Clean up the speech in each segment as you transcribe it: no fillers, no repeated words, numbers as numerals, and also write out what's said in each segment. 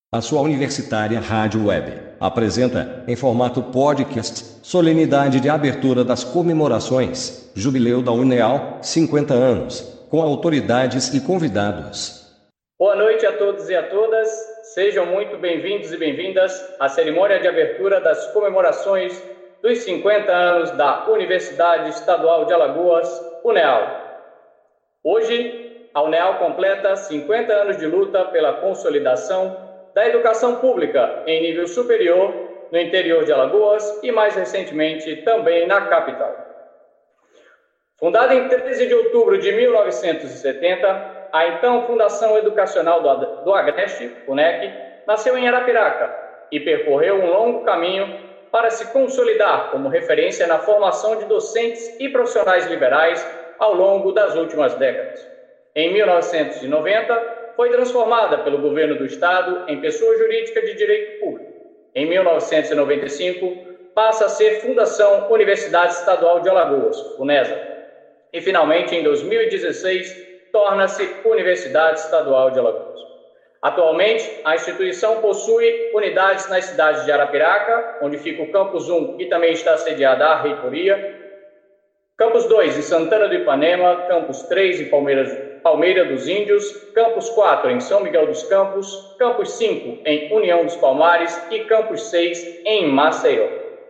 A sua universitária Rádio Web apresenta, em formato podcast, solenidade de abertura das comemorações, Jubileu da UNEAL, 50 anos, com autoridades e convidados. Boa noite a todos e a todas, sejam muito bem-vindos e bem-vindas à cerimônia de abertura das comemorações dos 50 anos da Universidade Estadual de Alagoas, UNEAL. Hoje, a UNEAL completa 50 anos de luta pela consolidação da educação pública em nível superior no interior de Alagoas e, mais recentemente, também na capital. Fundada em 13 de outubro de 1970, a então Fundação Educacional do Agreste, FUNEC, nasceu em Arapiraca e percorreu um longo caminho para se consolidar como referência na formação de docentes e profissionais liberais ao longo das últimas décadas. Em 1990, foi transformada pelo governo do Estado em pessoa jurídica de direito público. Em 1995, passa a ser Fundação Universidade Estadual de Alagoas, FUNESA. E, finalmente, em 2016, torna-se Universidade Estadual de Alagoas. Atualmente, a instituição possui unidades nas cidades de Arapiraca, onde fica o Campus 1 e também está sediada a reitoria, Campus 2 em Santana do Ipanema, Campus 3 em Palmeira dos Índios, Campus 4 em São Miguel dos Campos, Campus 5 em União dos Palmares e Campus 6 em Maceió.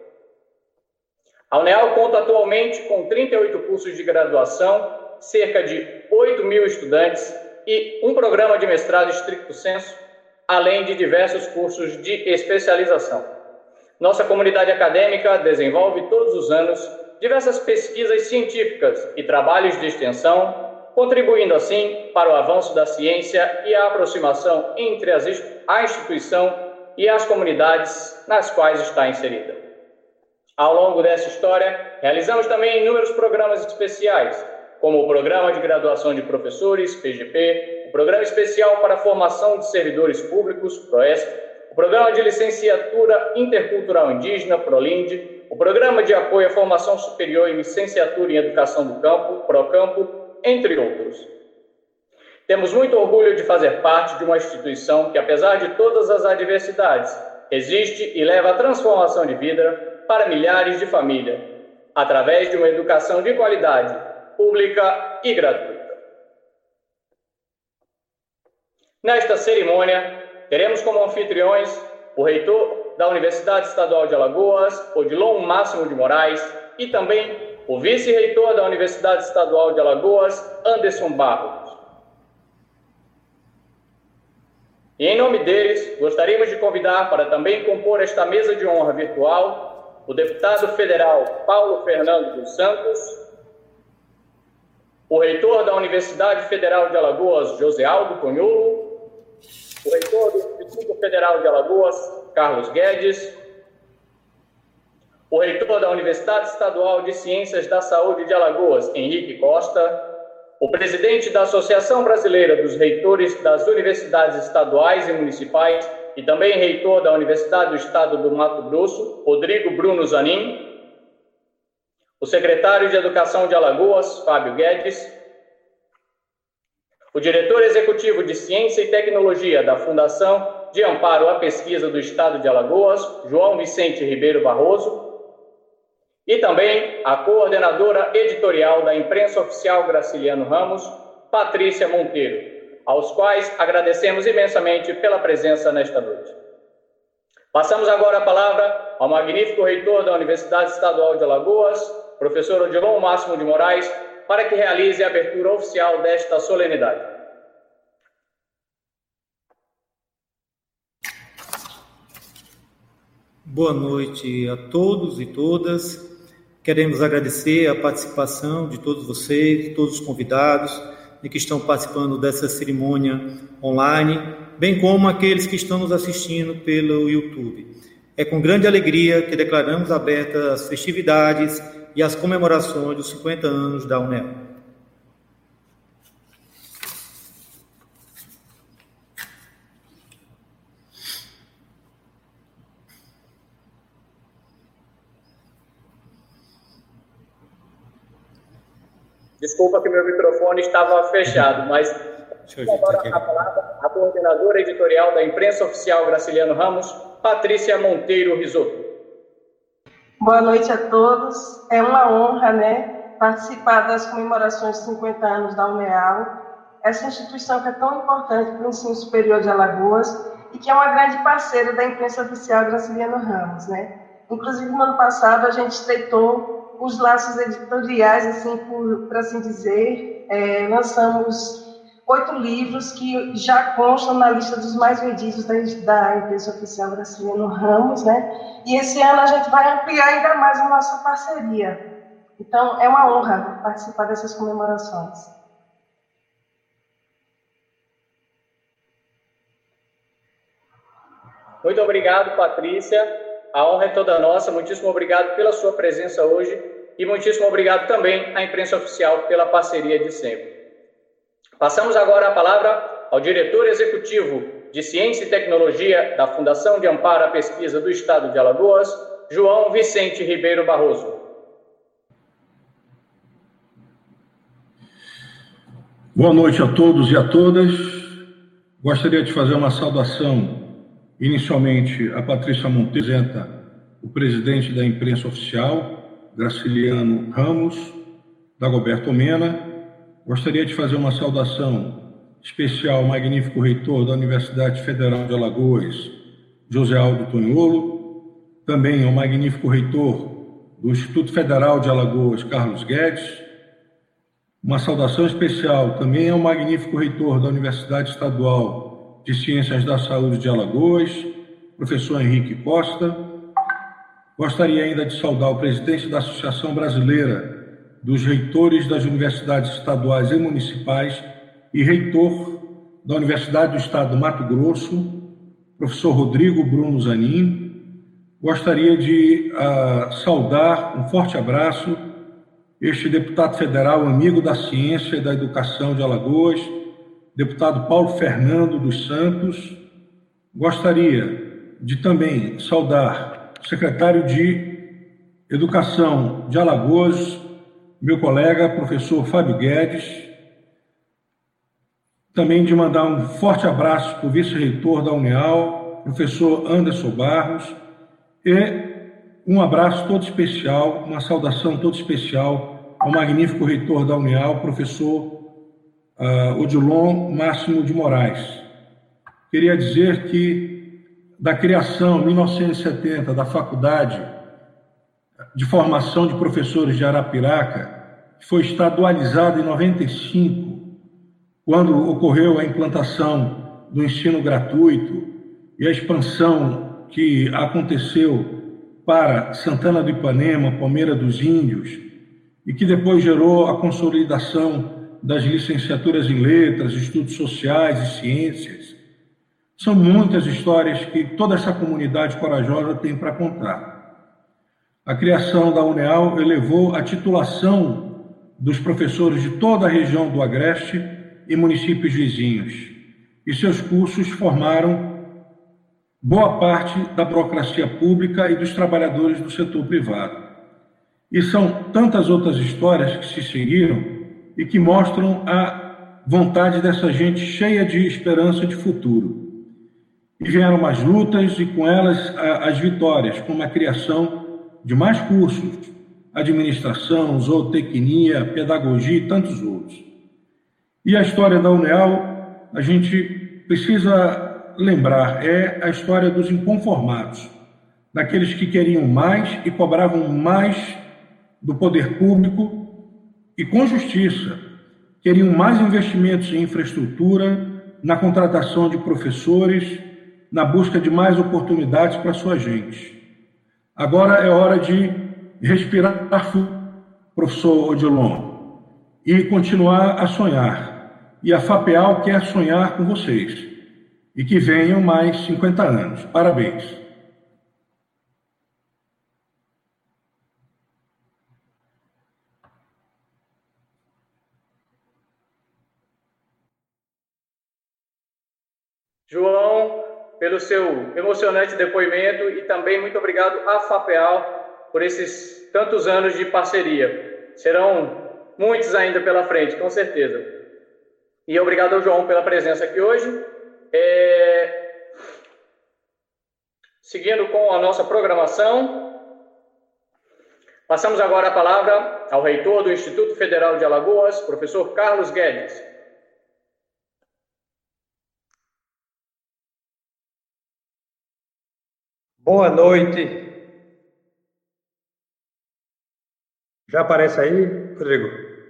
A UNEAL conta atualmente com 38 cursos de graduação, cerca de 8 mil estudantes e um programa de mestrado estricto sensu, além de diversos cursos de especialização. Nossa comunidade acadêmica desenvolve todos os anos diversas pesquisas científicas e trabalhos de extensão, contribuindo assim para o avanço da ciência e a aproximação entre a instituição e as comunidades nas quais está inserida. Ao longo dessa história, realizamos também inúmeros programas especiais, como o Programa de Graduação de Professores, PGP, o Programa Especial para a Formação de Servidores Públicos, PROESP, o Programa de Licenciatura Intercultural Indígena, PROLIND, o Programa de Apoio à Formação Superior e Licenciatura em Educação do Campo, PROCAMPO, entre outros. Temos muito orgulho de fazer parte de uma instituição que, apesar de todas as adversidades, existe e leva a transformação de vida para milhares de famílias, através de uma educação de qualidade, pública e gratuita. Nesta cerimônia, teremos como anfitriões o reitor da Universidade Estadual de Alagoas, Odilon Máximo de Moraes, e também o vice-reitor da Universidade Estadual de Alagoas, Anderson Barros. E em nome deles, gostaríamos de convidar para também compor esta mesa de honra virtual o deputado federal Paulo Fernando dos Santos, o reitor da Universidade Federal de Alagoas, José Aldo Conholo, o reitor do Instituto Federal de Alagoas, Carlos Guedes, o reitor da Universidade Estadual de Ciências da Saúde de Alagoas, Henrique Costa, o presidente da Associação Brasileira dos Reitores das Universidades Estaduais e Municipais e também reitor da Universidade do Estado do Mato Grosso, Rodrigo Bruno Zanin, o secretário de Educação de Alagoas, Fábio Guedes, o diretor executivo de Ciência e Tecnologia da Fundação de Amparo à Pesquisa do Estado de Alagoas, João Vicente Ribeiro Barroso, e também a coordenadora editorial da Imprensa Oficial Graciliano Ramos, Patrícia Monteiro, aos quais agradecemos imensamente pela presença nesta noite. Passamos agora a palavra ao magnífico reitor da Universidade Estadual de Alagoas, professor Odilon Máximo de Moraes, para que realize a abertura oficial desta solenidade. Boa noite a todos e todas. Queremos agradecer a participação de todos vocês, todos os convidados e que estão participando dessa cerimônia online, bem como aqueles que estão nos assistindo pelo YouTube. É com grande alegria que declaramos abertas as festividades e as comemorações dos 50 anos da UNEAL. Desculpa que meu microfone estava fechado, mas agora a palavra a coordenadora editorial da Imprensa Oficial Graciliano Ramos, Patrícia Monteiro Risotto. Boa noite a todos. É uma honra, participar das comemorações de 50 anos da UNEAL, essa instituição que é tão importante para o ensino superior de Alagoas e que é uma grande parceira da Imprensa Oficial Graciliano Ramos, Inclusive, no ano passado, a gente estreitou os laços editoriais, assim, por assim dizer, lançamos 8 livros que já constam na lista dos mais vendidos da Imprensa Oficial Graciliano Ramos, E esse ano a gente vai ampliar ainda mais a nossa parceria. Então, é uma honra participar dessas comemorações. Muito obrigado, Patrícia. A honra é toda nossa. Muitíssimo obrigado pela sua presença hoje e muitíssimo obrigado também à Imprensa Oficial pela parceria de sempre. Passamos agora a palavra ao diretor executivo de Ciência e Tecnologia da Fundação de Amparo à Pesquisa do Estado de Alagoas, João Vicente Ribeiro Barroso. Boa noite a todos e a todas. Gostaria de fazer uma saudação, inicialmente, a Patrícia Monteiro, o presidente da Imprensa Oficial, Graciliano Ramos, Dagoberto Mena. Gostaria de fazer uma saudação especial ao magnífico reitor da Universidade Federal de Alagoas, José Aldo Toniolo, também ao magnífico reitor do Instituto Federal de Alagoas, Carlos Guedes. Uma saudação especial também ao magnífico reitor da Universidade Estadual de Ciências da Saúde de Alagoas, professor Henrique Costa. Gostaria ainda de saudar o presidente da Associação Brasileira dos Reitores das Universidades Estaduais e Municipais e reitor da Universidade do Estado do Mato Grosso, professor Rodrigo Bruno Zanin. Gostaria de saudar, um forte abraço, este deputado federal, amigo da ciência e da educação de Alagoas, deputado Paulo Fernando dos Santos. Gostaria de também saudar o secretário de Educação de Alagoas, meu colega, professor Fábio Guedes. Também de mandar um forte abraço para o vice-reitor da UNEAL, professor Anderson Barros, e um abraço todo especial, uma saudação toda especial ao magnífico reitor da UNEAL, professor Odilon Máximo de Moraes. Queria dizer que, da criação, em 1970, da Faculdade de Formação de Professores de Arapiraca, que foi estadualizada em 95, quando ocorreu a implantação do ensino gratuito e a expansão que aconteceu para Santana do Ipanema, Palmeira dos Índios, e que depois gerou a consolidação das licenciaturas em letras, estudos sociais e ciências. São muitas histórias que toda essa comunidade corajosa tem para contar. A criação da UNEAL elevou a titulação dos professores de toda a região do Agreste e municípios vizinhos, e seus cursos formaram boa parte da burocracia pública e dos trabalhadores do setor privado. E são tantas outras histórias que se seguiram e que mostram a vontade dessa gente cheia de esperança de futuro. E vieram as lutas e com elas as vitórias, como a criação de mais cursos, administração, zootecnia, pedagogia e tantos outros. E a história da UNEAL, a gente precisa lembrar, é a história dos inconformados, daqueles que queriam mais e cobravam mais do poder público e, com justiça, queriam mais investimentos em infraestrutura, na contratação de professores, na busca de mais oportunidades para sua gente. Agora é hora de respirar fundo, professor Odilon, e continuar a sonhar. E a FAPEAL quer sonhar com vocês. E que venham mais 50 anos. Parabéns. João, pelo seu emocionante depoimento e também muito obrigado à FAPEAL por esses tantos anos de parceria. Serão muitos ainda pela frente, com certeza. E obrigado ao João pela presença aqui hoje. Seguindo com a nossa programação, passamos agora a palavra ao reitor do Instituto Federal de Alagoas, professor Carlos Guedes. Boa noite. Já aparece aí, Rodrigo?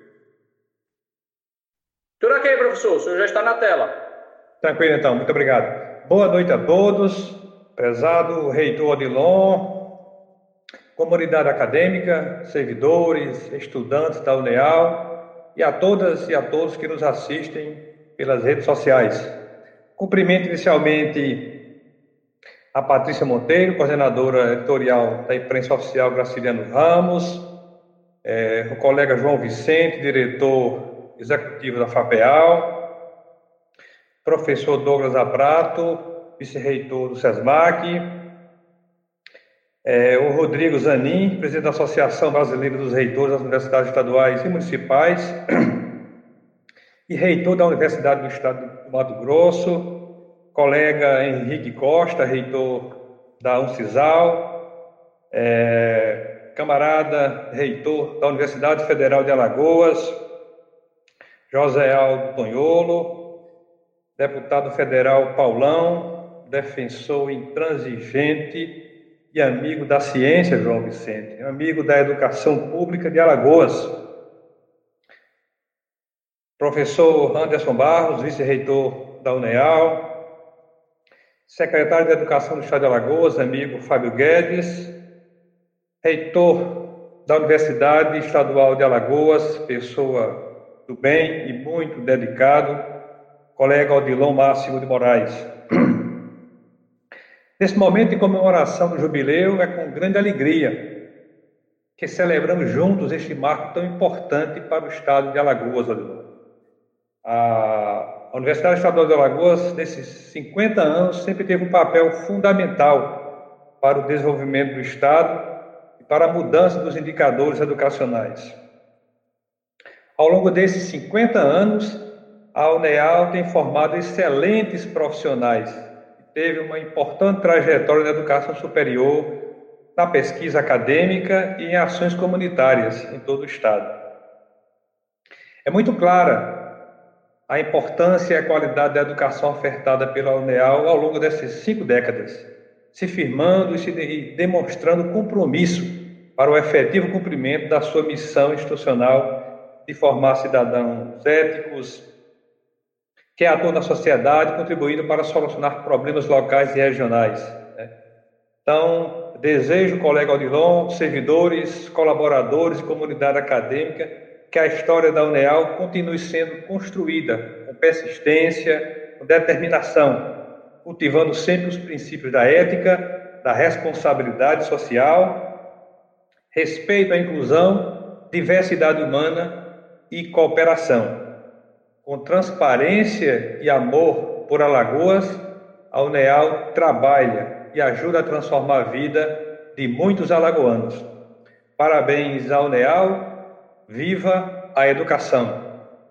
Tudo ok, professor. O senhor já está na tela. Tranquilo, então. Muito obrigado. Boa noite a todos. Prezado reitor Odilon, comunidade acadêmica, servidores, estudantes da UNEAL e a todas e a todos que nos assistem pelas redes sociais. Cumprimento inicialmente a Patrícia Monteiro, coordenadora editorial da imprensa oficial Graciliano Ramos, o colega João Vicente, diretor executivo da FAPEAL, professor Douglas Abrato, vice-reitor do SESMAC, o Rodrigo Zanin, presidente da Associação Brasileira dos Reitores das Universidades Estaduais e Municipais, e reitor da Universidade do Estado do Mato Grosso, colega Henrique Costa, reitor da Uncisal, camarada reitor da Universidade Federal de Alagoas, José Aldo Tonholo, deputado federal Paulão, defensor intransigente e amigo da ciência, João Vicente, amigo da educação pública de Alagoas. Professor Anderson Barros, vice-reitor da UNEAL, secretário de Educação do Estado de Alagoas, amigo Fábio Guedes, reitor da Universidade Estadual de Alagoas, pessoa do bem e muito dedicado, colega Odilon Máximo de Moraes. Nesse momento de comemoração do jubileu, é com grande alegria que celebramos juntos este marco tão importante para o estado de Alagoas, Odilon. A Universidade Estadual de Alagoas, nesses 50 anos, sempre teve um papel fundamental para o desenvolvimento do estado e para a mudança dos indicadores educacionais. Ao longo desses 50 anos, a UNEAL tem formado excelentes profissionais. Teve uma importante trajetória na educação superior, na pesquisa acadêmica e em ações comunitárias em todo o estado. É muito clara a importância e a qualidade da educação ofertada pela UNEAL ao longo dessas 5 décadas, se firmando e demonstrando compromisso para o efetivo cumprimento da sua missão institucional de formar cidadãos éticos, que atuam na sociedade, contribuindo para solucionar problemas locais e regionais. Então, desejo, colega Odilon, servidores, colaboradores e comunidade acadêmica, que a história da UNEAL continue sendo construída com persistência, com determinação, cultivando sempre os princípios da ética, da responsabilidade social, respeito à inclusão, diversidade humana e cooperação. Com transparência e amor por Alagoas, a UNEAL trabalha e ajuda a transformar a vida de muitos alagoanos. Parabéns à UNEAL, viva a educação!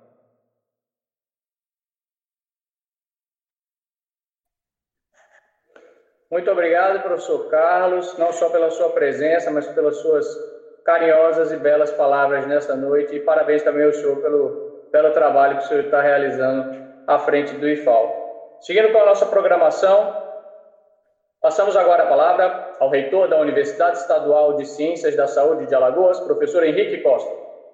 Muito obrigado, professor Carlos, não só pela sua presença, mas pelas suas carinhosas e belas palavras nesta noite, e parabéns também ao senhor pelo trabalho que o senhor está realizando à frente do IFAL. Seguindo com a nossa programação, passamos agora a palavra ao reitor da Universidade Estadual de Ciências da Saúde de Alagoas, professor Henrique Costa.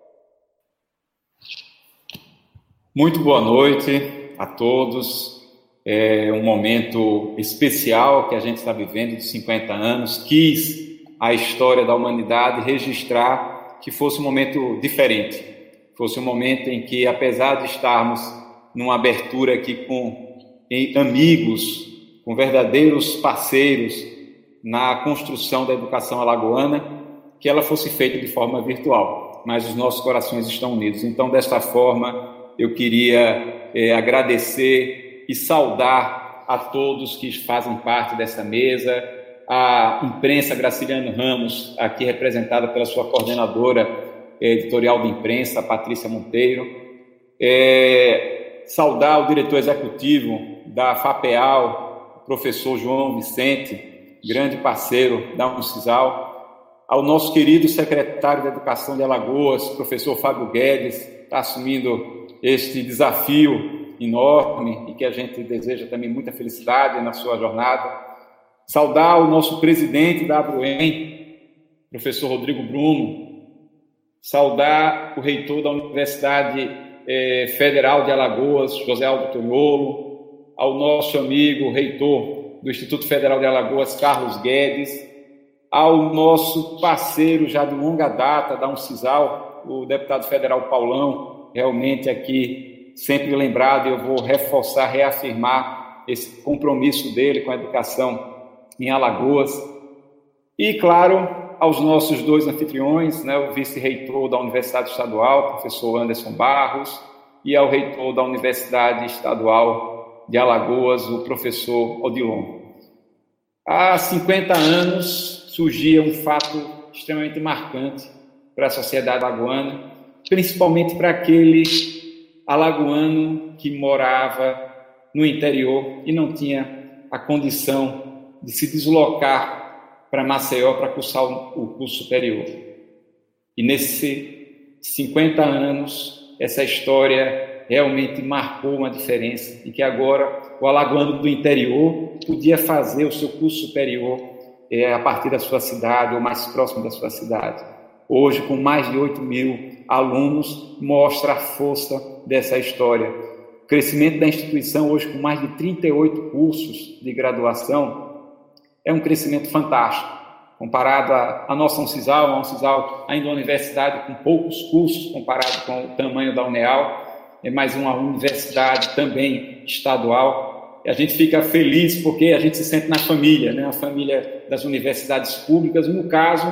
Muito boa noite a todos. É um momento especial que a gente está vivendo de 50 anos. Quis a história da humanidade registrar que fosse um momento diferente. Fosse um momento em que, apesar de estarmos numa abertura aqui com amigos, com verdadeiros parceiros na construção da educação alagoana, que ela fosse feita de forma virtual, mas os nossos corações estão unidos. Então, desta forma, eu queria agradecer e saudar a todos que fazem parte dessa mesa, a imprensa Graciliano Ramos, aqui representada pela sua coordenadora editorial de imprensa, Patrícia Monteiro, saudar o diretor executivo da FAPEAL, professor João Vicente, grande parceiro da Uncisal, ao nosso querido secretário de Educação de Alagoas, professor Fábio Guedes, está assumindo este desafio enorme e que a gente deseja também muita felicidade na sua jornada. Saudar o nosso presidente da ABRUEM, professor Rodrigo Bruno, saudar o reitor da Universidade Federal de Alagoas, José Aldo Tonholo, ao nosso amigo reitor do Instituto Federal de Alagoas, Carlos Guedes, ao nosso parceiro já de longa data da Uncisal, o deputado federal Paulão, realmente aqui sempre lembrado, e eu vou reforçar, reafirmar esse compromisso dele com a educação em Alagoas. E, claro, aos nossos dois anfitriões, né, o vice-reitor da Universidade Estadual, professor Anderson Barros, e ao reitor da Universidade Estadual de Alagoas, o professor Odilon. Há 50 anos surgia um fato extremamente marcante para a sociedade alagoana, principalmente para aquele alagoano que morava no interior e não tinha a condição de se deslocar para Maceió para cursar o curso superior. E nesses 50 anos, essa história realmente marcou uma diferença, e que agora o alagoano do interior podia fazer o seu curso superior a partir da sua cidade ou mais próximo da sua cidade. Hoje, com mais de 8 mil alunos, mostra a força dessa história. O crescimento da instituição hoje, com mais de 38 cursos de graduação, é um crescimento fantástico, comparado à nossa Uncisal, a Uncisal ainda uma universidade com poucos cursos, comparado com o tamanho da UNEAL, é mais uma universidade também estadual. E a gente fica feliz porque a gente se sente na família, né? A família das universidades públicas. No caso,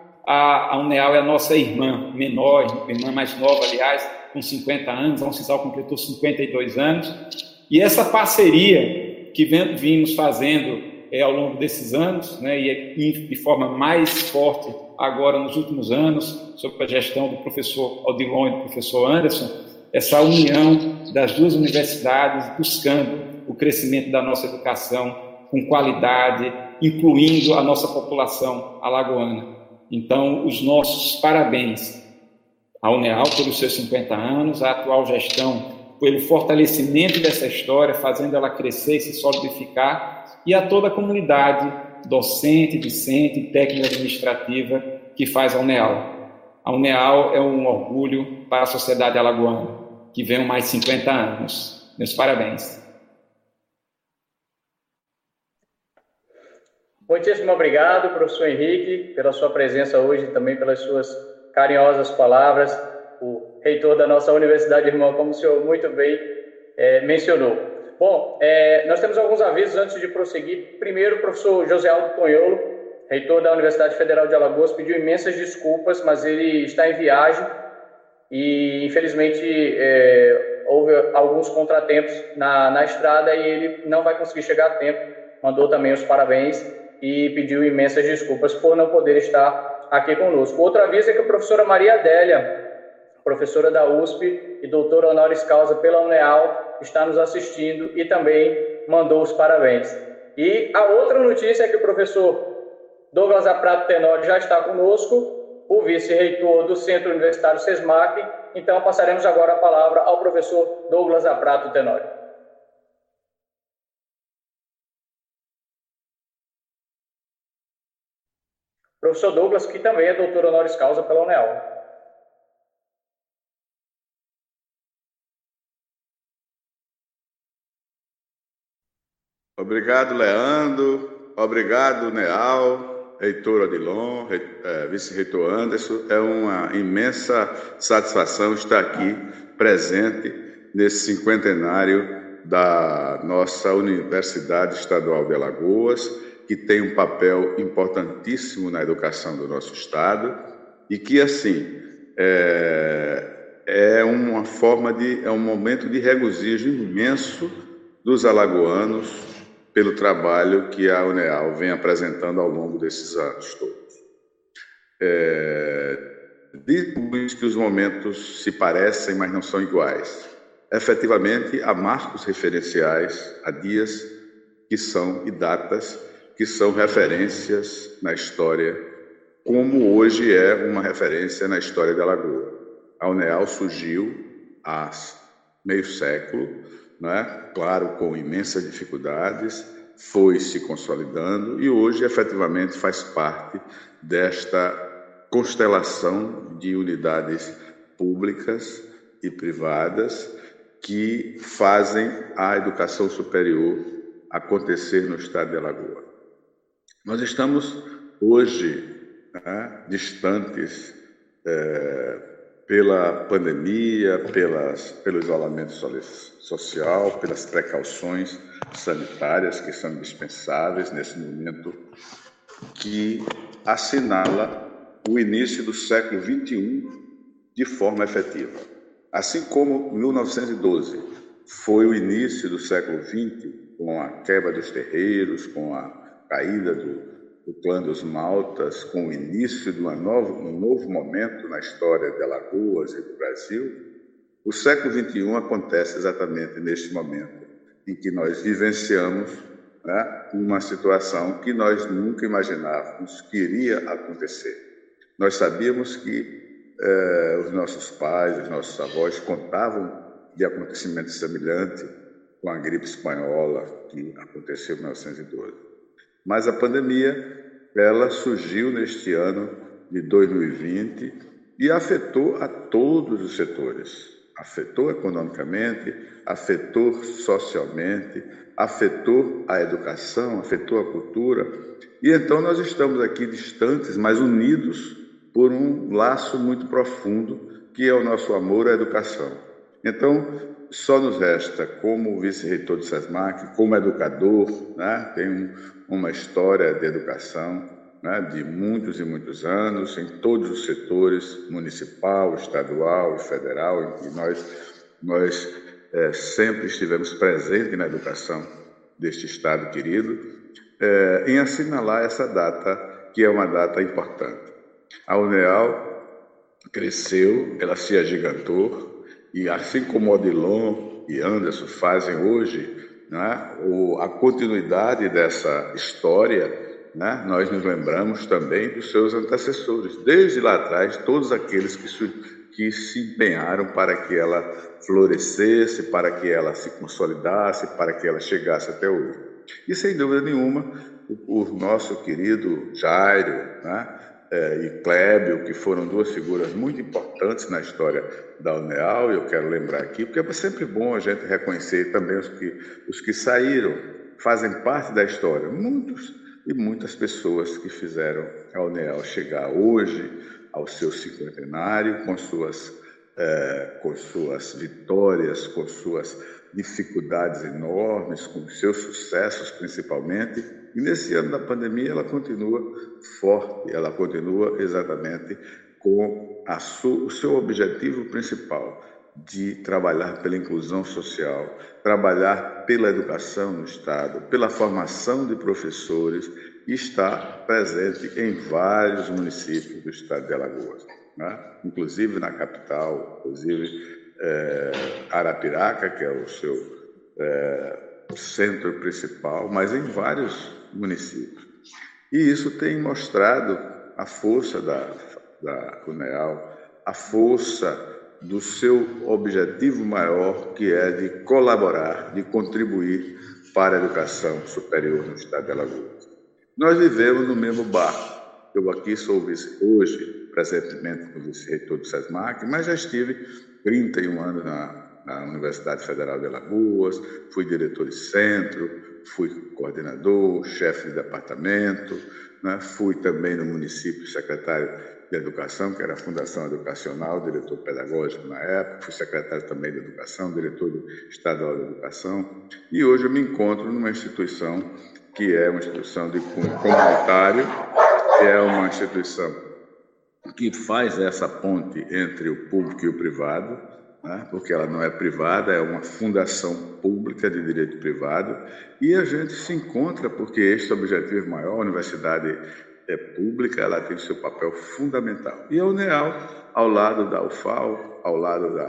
a UNEAL é a nossa irmã menor, irmã mais nova, aliás, com 50 anos, a Uncisal completou 52 anos, e essa parceria que vimos fazendo ao longo desses anos, né, e de forma mais forte agora nos últimos anos, sob a gestão do professor Odilon e do professor Anderson, essa união das duas universidades buscando o crescimento da nossa educação com qualidade, incluindo a nossa população alagoana. Então, os nossos parabéns à UNEAL pelos seus 50 anos, à atual gestão pelo fortalecimento dessa história, fazendo ela crescer e se solidificar, e a toda a comunidade docente, discente, técnica administrativa que faz a UNEAL. A UNEAL é um orgulho para a sociedade alagoana, que venham mais 50 anos. Meus parabéns. Muitíssimo obrigado, professor Henrique, pela sua presença hoje e também pelas suas carinhosas palavras. O reitor da nossa universidade, irmão, como o senhor muito bem mencionou. Bom, nós temos alguns avisos antes de prosseguir. Primeiro, o professor José Aldo Tonholo, reitor da Universidade Federal de Alagoas, pediu imensas desculpas, mas ele está em viagem e, infelizmente, houve alguns contratempos na estrada e ele não vai conseguir chegar a tempo. Mandou também os parabéns e pediu imensas desculpas por não poder estar aqui conosco. Outro aviso é que a professora Maria Adélia, professora da USP e doutora honoris causa pela UNEAL, está nos assistindo e também mandou os parabéns. E a outra notícia é que o professor Douglas Aprato Tenório já está conosco, o vice-reitor do Centro Universitário SESMAC. Então, passaremos agora a palavra ao professor Douglas Aprato Tenório. Professor Douglas, que também é doutor honoris causa pela UNEAL. Obrigado, Leandro. Obrigado, Neal, reitor Odilon, vice-reitor Anderson. É uma imensa satisfação estar aqui presente nesse cinquentenário da nossa Universidade Estadual de Alagoas, que tem um papel importantíssimo na educação do nosso estado e que, assim, é um momento de regozijo imenso dos alagoanos pelo trabalho que a UNEAL vem apresentando ao longo desses anos todos. Digo que os momentos se parecem, mas não são iguais. efetivamente há marcos referenciais, há dias que são e datas que são referências na história, como hoje é uma referência na história da Alagoas. A UNEAL surgiu há meio século, né? Claro, com imensas dificuldades, foi se consolidando e hoje efetivamente faz parte desta constelação de unidades públicas e privadas que fazem a educação superior acontecer no estado de Alagoas. Nós estamos hoje, né, distantes pela pandemia, pelo isolamento social, pelas precauções sanitárias que são indispensáveis nesse momento que assinala o início do século XXI de forma efetiva. Assim como 1912 foi o início do século XX, com a quebra dos terreiros, com a caída do clã dos Maltas, com o início de um novo momento na história de Alagoas e do Brasil, o século XXI acontece exatamente neste momento em que nós vivenciamos, né, uma situação que nós nunca imaginávamos que iria acontecer. Nós sabíamos que os nossos pais, os nossos avós contavam de acontecimentos semelhantes com a gripe espanhola que aconteceu em 1912. Mas a pandemia, ela surgiu neste ano de 2020 e afetou a todos os setores. Afetou economicamente, afetou socialmente, afetou a educação, afetou a cultura. E então nós estamos aqui distantes, mas unidos por um laço muito profundo, que é o nosso amor à educação. Então, só nos resta, como vice-reitor do SESMAC, como educador, né, tem uma história de educação, né, de muitos e muitos anos, em todos os setores, municipal, estadual e federal, em que nós sempre estivemos presentes na educação deste Estado querido, em assinalar essa data, que é uma data importante. A UNEAL cresceu, ela se agigantou, e assim como Odilon e Anderson fazem hoje, né, a continuidade dessa história, né, nós nos lembramos também dos seus antecessores, desde lá atrás, todos aqueles que se empenharam para que ela florescesse, para que ela se consolidasse, para que ela chegasse até hoje. E, sem dúvida nenhuma, o nosso querido Jairo, né, e Clébio, que foram duas figuras muito importantes na história da UNEAL, e eu quero lembrar aqui, porque é sempre bom a gente reconhecer também os que saíram, fazem parte da história, muitos e muitas pessoas que fizeram a UNEAL chegar hoje ao seu cinquentenário, com suas vitórias, com suas dificuldades enormes, com seus sucessos principalmente. E nesse ano da pandemia ela continua forte, ela continua exatamente com o seu objetivo principal de trabalhar pela inclusão social, trabalhar pela educação no Estado, pela formação de professores, e está presente em vários municípios do Estado de Alagoas, né? Inclusive na capital, inclusive Arapiraca, que é o seu centro principal, mas em vários municípios. E isso tem mostrado a força da UNEAL, a força do seu objetivo maior, que é de colaborar, de contribuir para a educação superior no estado de Alagoas. Nós vivemos no mesmo barco. Eu aqui sou hoje, presentemente, como vice-reitor do SESMAC, mas já estive 31 anos na Universidade Federal de Alagoas, fui diretor de centro, fui coordenador, chefe de departamento, né? Fui também no município secretário de Educação, que era a Fundação Educacional, diretor pedagógico na época, fui secretário também de Educação, diretor estadual de Educação, e hoje eu me encontro numa instituição que é uma instituição de cunho comunitário, que é uma instituição que faz essa ponte entre o público e o privado, né? Porque ela não é privada, é uma fundação pública de direito privado, e a gente se encontra porque este objetivo maior, a universidade pública, ela tem o seu papel fundamental. E a UNEAL, ao lado da UFAL, ao lado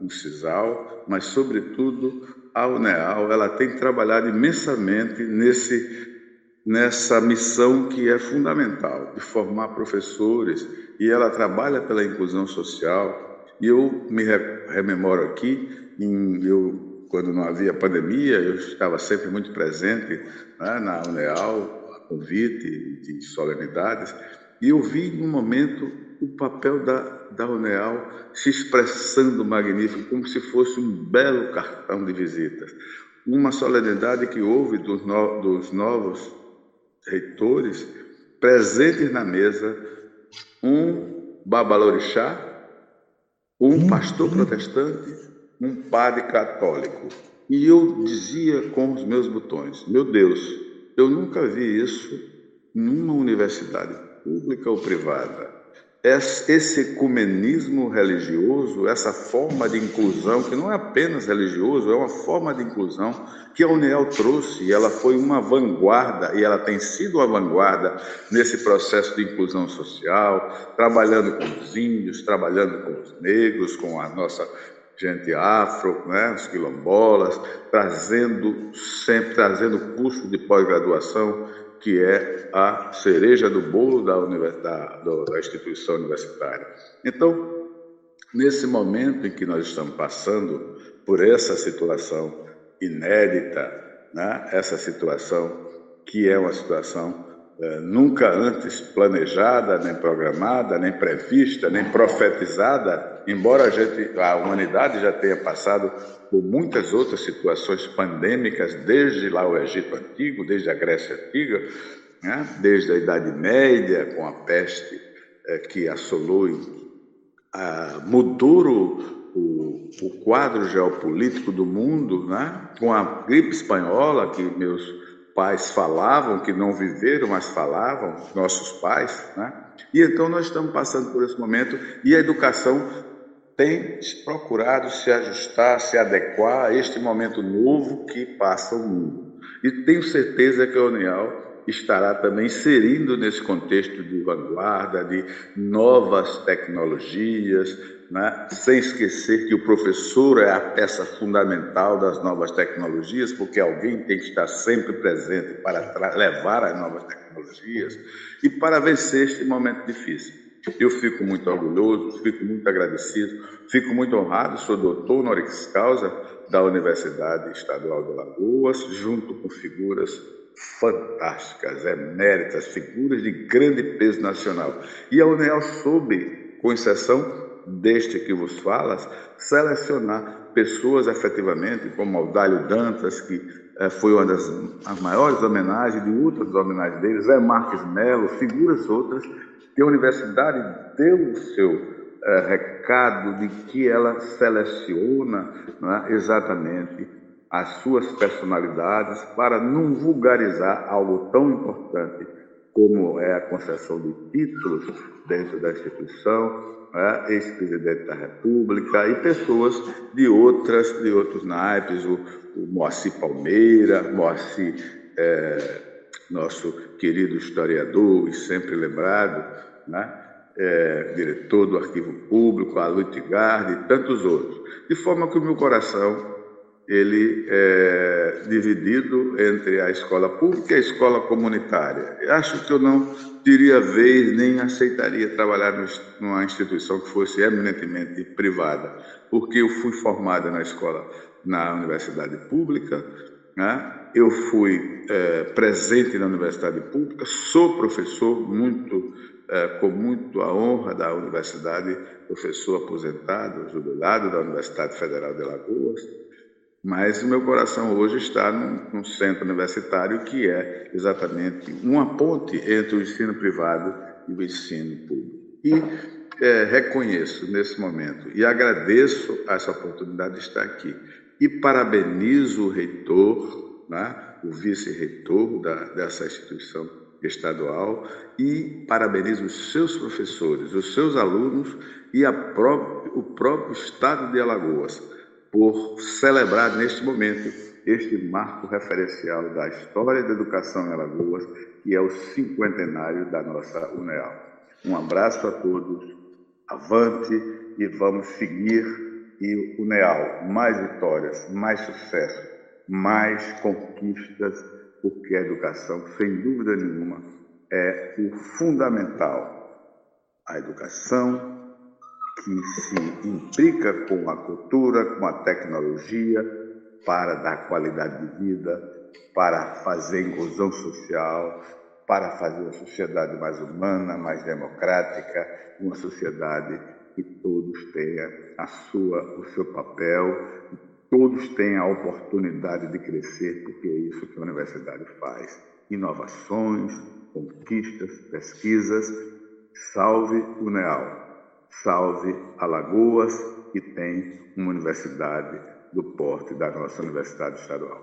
no CISAL, mas, sobretudo, a UNEAL, ela tem trabalhado imensamente nessa missão que é fundamental, de formar professores, e ela trabalha pela inclusão social. E eu me rememoro aqui, quando não havia pandemia, eu estava sempre muito presente, né, na UNEAL, a convite de solenidades, e eu vi, num momento, o papel da UNEAL se expressando magnífico, como se fosse um belo cartão de visitas. Uma solenidade que houve dos novos reitores, presentes na mesa, um babalorixá, um pastor protestante, um padre católico. E eu dizia com os meus botões: meu Deus, eu nunca vi isso numa universidade pública ou privada. Esse ecumenismo religioso, essa forma de inclusão, que não é apenas religioso, é uma forma de inclusão que a UNEAL trouxe, e ela foi uma vanguarda, e ela tem sido uma vanguarda nesse processo de inclusão social, trabalhando com os índios, trabalhando com os negros, com a nossa gente afro, né, os quilombolas, trazendo curso de pós-graduação, que é a cereja do bolo da instituição universitária. Então, nesse momento em que nós estamos passando por essa situação inédita, né, essa situação que é uma situação nunca antes planejada, nem programada, nem prevista, nem profetizada, embora a humanidade já tenha passado por muitas outras situações pandêmicas, desde lá o Egito Antigo, desde a Grécia Antiga, né? Desde a Idade Média, com a peste que assolou e mudou o quadro geopolítico do mundo, né? Com a gripe espanhola, que meus pais falavam, que não viveram, mas falavam, nossos pais, né? E então nós estamos passando por esse momento, e a educação tem procurado se ajustar, se adequar a este momento novo que passa o mundo. E tenho certeza que a UNEAL estará também inserindo nesse contexto de vanguarda, de novas tecnologias, né? Sem esquecer que o professor é a peça fundamental das novas tecnologias, porque alguém tem que estar sempre presente para levar as novas tecnologias e para vencer este momento difícil. Eu fico muito orgulhoso, fico muito agradecido, fico muito honrado, sou doutor honoris causa da Universidade Estadual de Alagoas, junto com figuras fantásticas, eméritas, figuras de grande peso nacional. E a UNEAL soube, com exceção deste que vos falas, selecionar pessoas efetivamente, como Audálio Dantas, que foi uma das maiores homenagens, de outras homenagens dele, Zé Marques Melo, figuras outras, que a universidade deu o seu recado de que ela seleciona, né, exatamente as suas personalidades para não vulgarizar algo tão importante como é a concessão de títulos dentro da instituição, ex-presidente da República e pessoas de outros naipes, o Moacir Palmeira, nosso querido historiador e sempre lembrado, né? Diretor do Arquivo Público, a Lutgard e tantos outros. De forma que o meu coração ele é dividido entre a escola pública e a escola comunitária. Eu acho que eu não teria vez nem aceitaria trabalhar numa instituição que fosse eminentemente privada, porque eu fui formado na universidade pública, né? Eu fui presente na universidade pública, sou professor com muito a honra da universidade, professor aposentado, jubilado da Universidade Federal de Alagoas, mas o meu coração hoje está num centro universitário que é exatamente uma ponte entre o ensino privado e o ensino público. E reconheço nesse momento e agradeço essa oportunidade de estar aqui. E parabenizo o reitor, né, o vice-reitor dessa instituição estadual, e parabenizo os seus professores, os seus alunos e o próprio Estado de Alagoas por celebrar neste momento este marco referencial da história da educação em Alagoas, que é o 50º da nossa UNEAL. Um abraço a todos, avante, e vamos seguir E o NEAL, mais vitórias, mais sucesso, mais conquistas, porque a educação, sem dúvida nenhuma, é o fundamental. A educação que se implica com a cultura, com a tecnologia, para dar qualidade de vida, para fazer inclusão social, para fazer uma sociedade mais humana, mais democrática, uma sociedade que todos tenham o seu papel, todos tenham a oportunidade de crescer, porque é isso que a universidade faz. Inovações, conquistas, pesquisas. Salve o NEAL, salve Alagoas, que tem uma universidade do porte da nossa Universidade Estadual.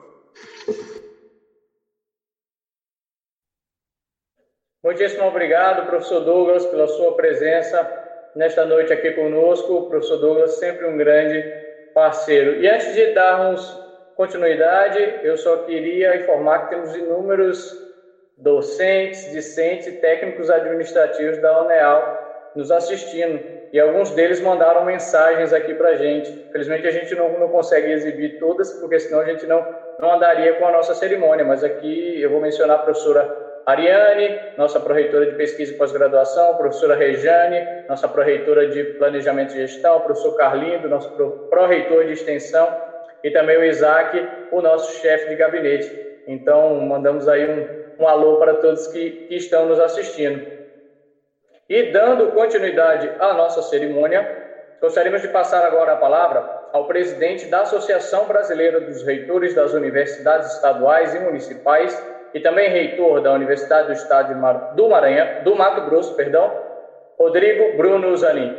Muitíssimo obrigado, professor Douglas, pela sua presença nesta noite aqui conosco. Professor Douglas, sempre um grande parceiro. E antes de darmos continuidade, eu só queria informar que temos inúmeros docentes, discentes e técnicos administrativos da UNEAL nos assistindo. E alguns deles mandaram mensagens aqui para a gente. Infelizmente, a gente não consegue exibir todas, porque senão a gente não andaria com a nossa cerimônia. Mas aqui eu vou mencionar a professora Ariane, nossa pró-reitora de Pesquisa e Pós-Graduação, a professora Rejane, nossa pró-reitora de Planejamento e Gestão, o professor Carlindo, nosso pró-reitor de Extensão, e também o Isaac, o nosso chefe de gabinete. Então, mandamos aí um alô para todos que estão nos assistindo. E dando continuidade à nossa cerimônia, gostaríamos de passar agora a palavra ao presidente da Associação Brasileira dos Reitores das Universidades Estaduais e Municipais, e também reitor da Universidade do Estado do Mato Grosso, Rodrigo Bruno Zanin.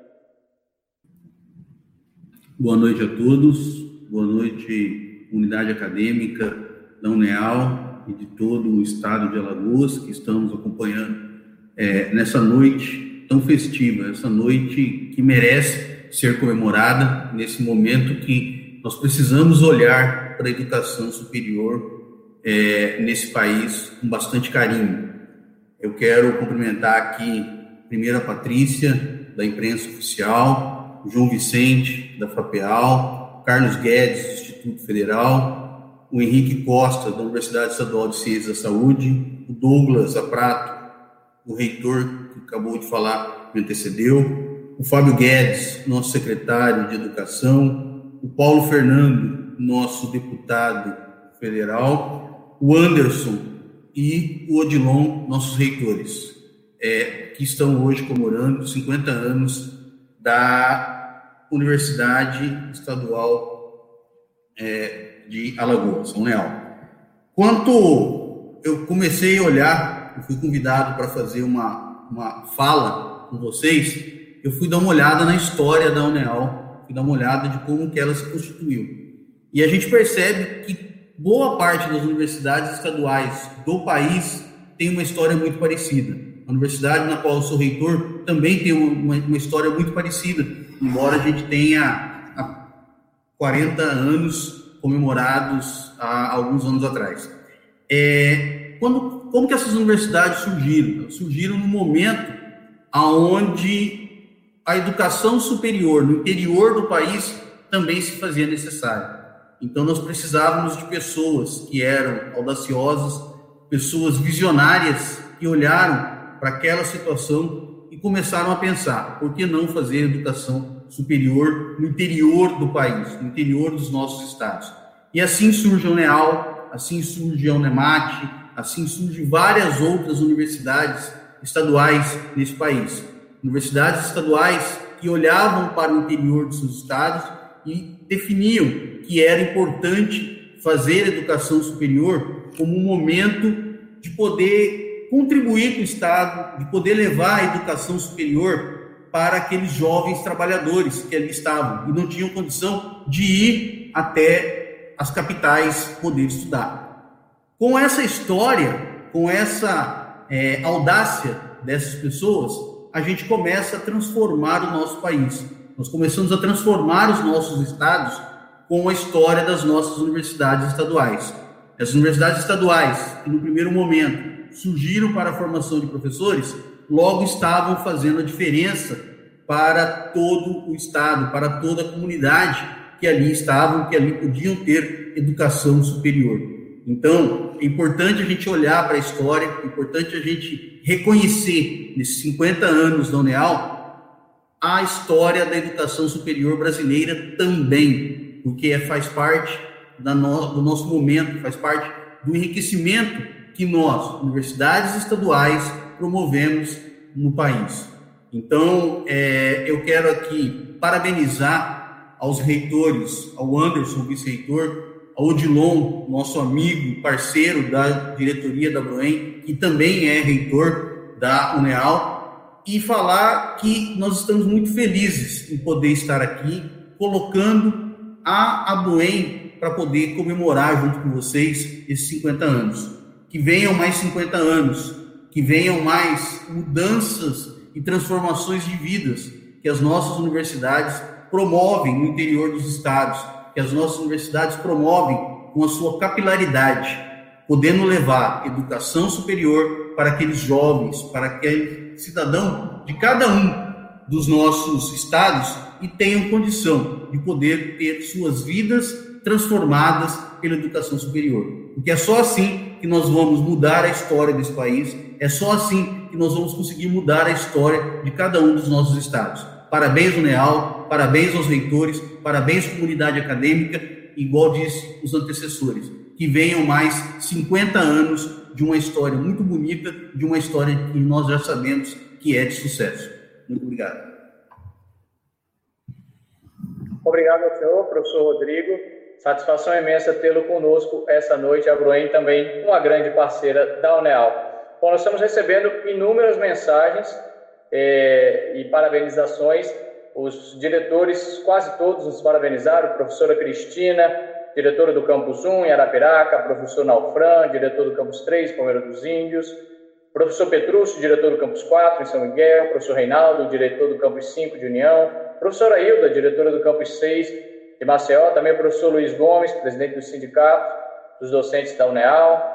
Boa noite a todos, boa noite, unidade acadêmica da UNEAL e de todo o estado de Alagoas, que estamos acompanhando nessa noite tão festiva, essa noite que merece ser comemorada, nesse momento que nós precisamos olhar para a educação superior nesse país com bastante carinho. Eu quero cumprimentar aqui primeiro a Patrícia, da imprensa oficial, o João Vicente, da FAPEAL, Carlos Guedes, do Instituto Federal, o Henrique Costa, da Universidade Estadual de Ciências da Saúde, o Douglas Aprato, o reitor que acabou de falar, me antecedeu, o Fábio Guedes, nosso secretário de Educação, o Paulo Fernando, nosso deputado federal, o Anderson e o Odilon, nossos reitores, que estão hoje comemorando 50 anos da Universidade Estadual de Alagoas, UNEAL. Quando eu comecei a olhar, eu fui convidado para fazer uma fala com vocês, eu fui dar uma olhada na história da UNEAL, fui dar uma olhada de como que ela se constituiu. E a gente percebe que boa parte das universidades estaduais do país tem uma história muito parecida. A universidade na qual eu sou reitor também tem uma história muito parecida, embora a gente tenha 40 anos comemorados há alguns anos atrás. Como que essas universidades surgiram? Elas surgiram no momento onde a educação superior no interior do país também se fazia necessária. Então, nós precisávamos de pessoas que eram audaciosas, pessoas visionárias que olharam para aquela situação e começaram a pensar, por que não fazer educação superior no interior do país, no interior dos nossos estados? E assim surge a UNEAL, assim surge a UNEMAT, assim surgem várias outras universidades estaduais nesse país. Universidades estaduais que olhavam para o interior dos seus estados e definiam que era importante fazer educação superior como um momento de poder contribuir com o Estado, de poder levar a educação superior para aqueles jovens trabalhadores que ali estavam e não tinham condição de ir até as capitais poder estudar. Com essa história, com essa audácia dessas pessoas, a gente começa a transformar o nosso país. Nós começamos a transformar os nossos estados com a história das nossas universidades estaduais. Essas universidades estaduais, que no primeiro momento surgiram para a formação de professores, logo estavam fazendo a diferença para todo o Estado, para toda a comunidade que ali estavam, que ali podiam ter educação superior. Então, é importante a gente olhar para a história, é importante a gente reconhecer, nesses 50 anos da UNEAL, a história da educação superior brasileira também, porque faz parte do nosso momento, faz parte do enriquecimento que nós, universidades estaduais, promovemos no país. Então, eu quero aqui parabenizar aos reitores, ao Anderson, vice-reitor, ao Odilon, nosso amigo, parceiro da diretoria da Abroem, que também é reitor da UNEAL, e falar que nós estamos muito felizes em poder estar aqui, colocando a Abroem para poder comemorar junto com vocês esses 50 anos. Que venham mais 50 anos, que venham mais mudanças e transformações de vidas que as nossas universidades promovem no interior dos estados, que as nossas universidades promovem com a sua capilaridade, podendo levar educação superior para aqueles jovens, para aquele cidadão de cada um dos nossos estados e tenham condição de poder ter suas vidas transformadas pela educação superior. Porque é só assim que nós vamos mudar a história desse país, é só assim que nós vamos conseguir mudar a história de cada um dos nossos estados. Parabéns, UNEAL, parabéns aos reitores, parabéns, comunidade acadêmica, igual disse os antecessores, que venham mais 50 anos de uma história muito bonita, de uma história que nós já sabemos que é de sucesso. Muito obrigado. Obrigado ao senhor, professor Rodrigo. Satisfação imensa tê-lo conosco essa noite. A Abroem também uma grande parceira da UNEAL. Bom, nós estamos recebendo inúmeras mensagens e parabenizações. Os diretores, quase todos nos parabenizaram. A professora Cristina, diretora do Campus 1 em Arapiraca, professor Naufran, diretor do Campus 3, Palmeira dos Índios, professor Petrúcio, diretor do Campus 4 em São Miguel, professor Reinaldo, diretor do Campus 5 de União, professora Hilda, diretora do Campus 6 de Maceió, também o professor Luiz Gomes, presidente do sindicato dos docentes da UNEAL,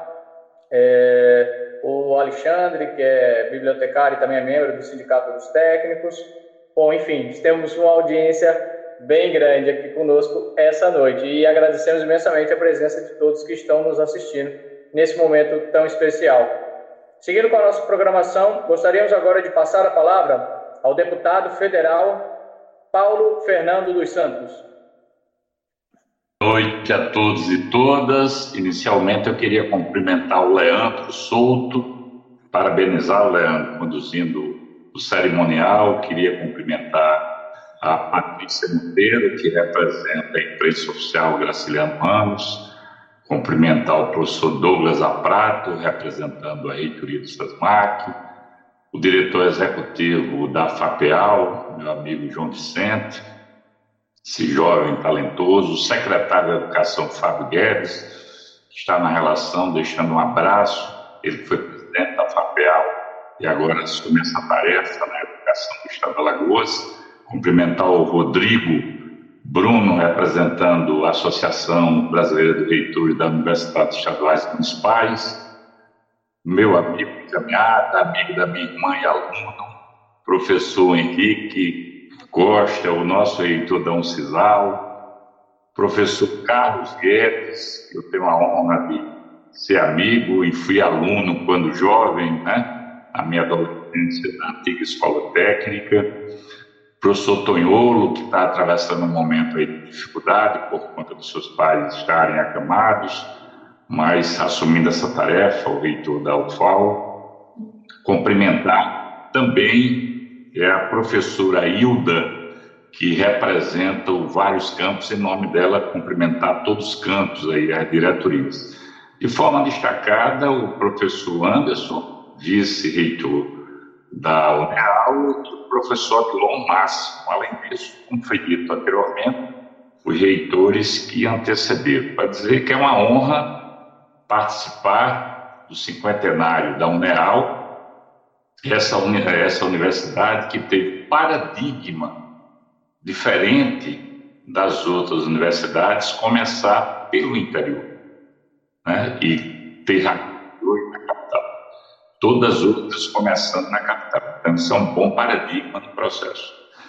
o Alexandre, que é bibliotecário e também é membro do Sindicato dos Técnicos. Bom, enfim, temos uma audiência bem grande aqui conosco essa noite e agradecemos imensamente a presença de todos que estão nos assistindo nesse momento tão especial. Seguindo com a nossa programação, gostaríamos agora de passar a palavra ao deputado federal Paulo Fernando dos Santos. Boa noite a todos e todas. Inicialmente eu queria cumprimentar o Leandro Souto, parabenizar o Leandro conduzindo o cerimonial. Queria cumprimentar a Patrícia Monteiro, que representa a imprensa oficial Graciliano Ramos, cumprimentar o professor Douglas Aprato, representando a reitoria do SESMAC, o diretor executivo da FAPEAL, meu amigo João Vicente, esse jovem talentoso, o secretário da Educação, Fábio Guedes, que está na relação, deixando um abraço. Ele foi presidente da FAPEAL e agora assume essa tarefa na Educação do Estado de Alagoas. Cumprimentar o Rodrigo Bruno, representando a Associação Brasileira de Reitores das Universidades Estaduais e Municipais, meu amigo de caminhada, amigo da minha irmã e aluno, professor Henrique Costa, o nosso reitor da Uncisal, professor Carlos Guedes, que eu tenho a honra de ser amigo e fui aluno quando jovem, né, na minha adolescência, na antiga escola técnica, professor Tonholo, que está atravessando um momento aí de dificuldade por conta dos seus pais estarem acamados, mas assumindo essa tarefa, o reitor da UFAL. Cumprimentar também a professora Hilda, que representa vários campos, em nome dela, cumprimentar todos os campos aí, as diretorias. De forma destacada, o professor Anderson, vice-reitor da UNEAL, e o professor Adilon Máximo. Além disso, como foi dito anteriormente, os reitores que antecederam, para dizer que é uma honra participar do cinquentenário da UNEAL, essa universidade que teve paradigma diferente das outras universidades, começar pelo interior, né? E ter na capital. Todas as outras começando na capital. Então, isso é um bom paradigma no processo.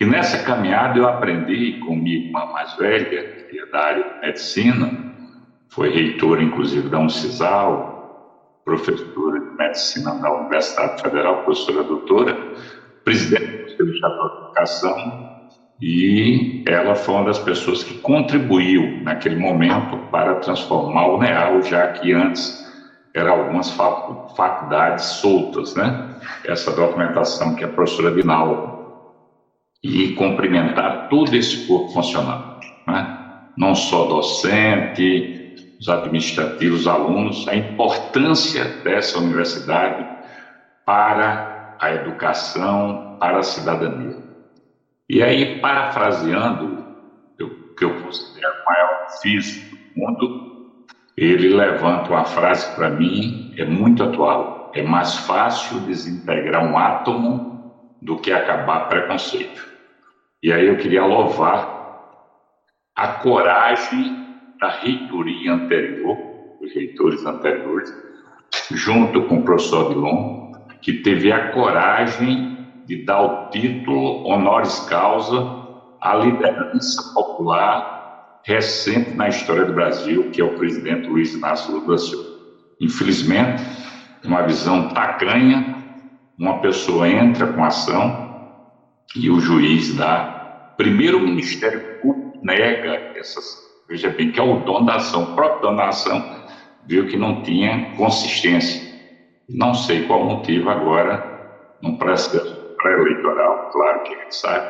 E nessa caminhada eu aprendi com minha irmã mais velha, que é da área de medicina, foi reitora, inclusive, da Uncisal, professora de medicina da Universidade Federal, professora doutora, presidente do Conselho Estadual de Educação, e ela foi uma das pessoas que contribuiu naquele momento para transformar o UNEAL, já que antes eram algumas faculdades soltas, né? Essa documentação que a professora Dinalva, e cumprimentar todo esse corpo funcionário, né? Não só docente, os administrativos, os alunos, a importância dessa universidade para a educação, para a cidadania. E aí, parafraseando o que eu considero o maior físico do mundo, ele levanta uma frase que, para mim, é muito atual. É mais fácil desintegrar um átomo do que acabar preconceito. E aí eu queria louvar a coragem da reitoria anterior, os reitores anteriores, junto com o professor Odilon, que teve a coragem de dar o título honoris causa à liderança popular recente na história do Brasil, que é o presidente Luiz Inácio Lula da Silva. Infelizmente, uma visão tacanha, uma pessoa entra com ação e o juiz dá. Primeiro, o Ministério Público nega essas. Veja bem, que é o dono da ação, o próprio dono da ação, viu que não tinha consistência. Não sei qual motivo agora, no processo pré-eleitoral, claro que a gente sabe,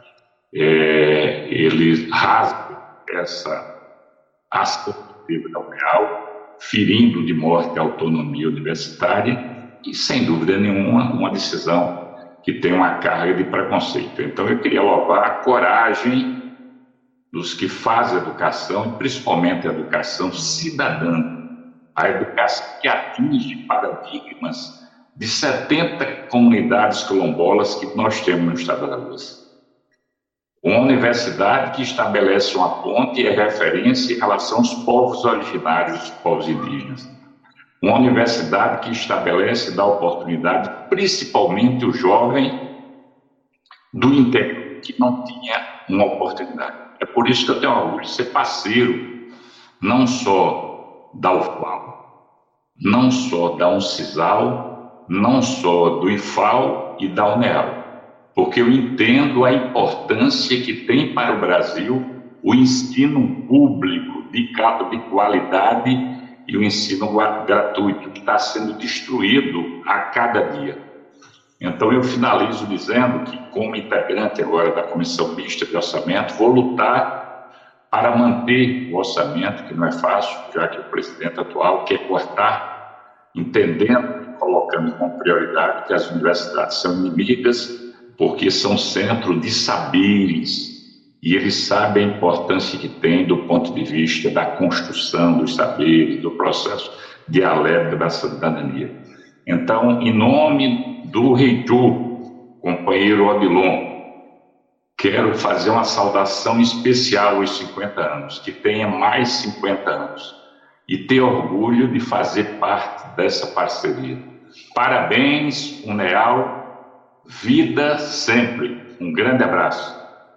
eles rasgam essa ação que teve da UNEAL, ferindo de morte a autonomia universitária e, sem dúvida nenhuma, uma decisão que tem uma carga de preconceito. Então, eu queria louvar a coragem dos que fazem educação, e principalmente a educação cidadã, a educação que atinge paradigmas de 70 comunidades quilombolas que nós temos no estado de Alagoas. Uma universidade que estabelece uma ponte e é referência em relação aos povos originários, os povos indígenas. Uma universidade que estabelece e dá oportunidade, principalmente o jovem do interior, que não tinha uma oportunidade. É por isso que eu tenho orgulho de ser parceiro, não só da UFAL, não só da Uncisal, não só do IFAL e da UNEAL, porque eu entendo a importância que tem para o Brasil o ensino público de qualidade e o ensino gratuito, que está sendo destruído a cada dia. Então, eu finalizo dizendo que, como integrante agora da Comissão Mista de Orçamento, vou lutar para manter o orçamento, que não é fácil, já que o presidente atual quer cortar, entendendo e colocando como prioridade que as universidades são inimigas, porque são centro de saberes, e eles sabem a importância que tem do ponto de vista da construção dos saberes, do processo dialético da cidadania. Então, em nome do reitor, companheiro Odilon, quero fazer uma saudação especial aos 50 anos, que tenha mais 50 anos, e ter orgulho de fazer parte dessa parceria. Parabéns, UNEAL, vida sempre. Um grande abraço.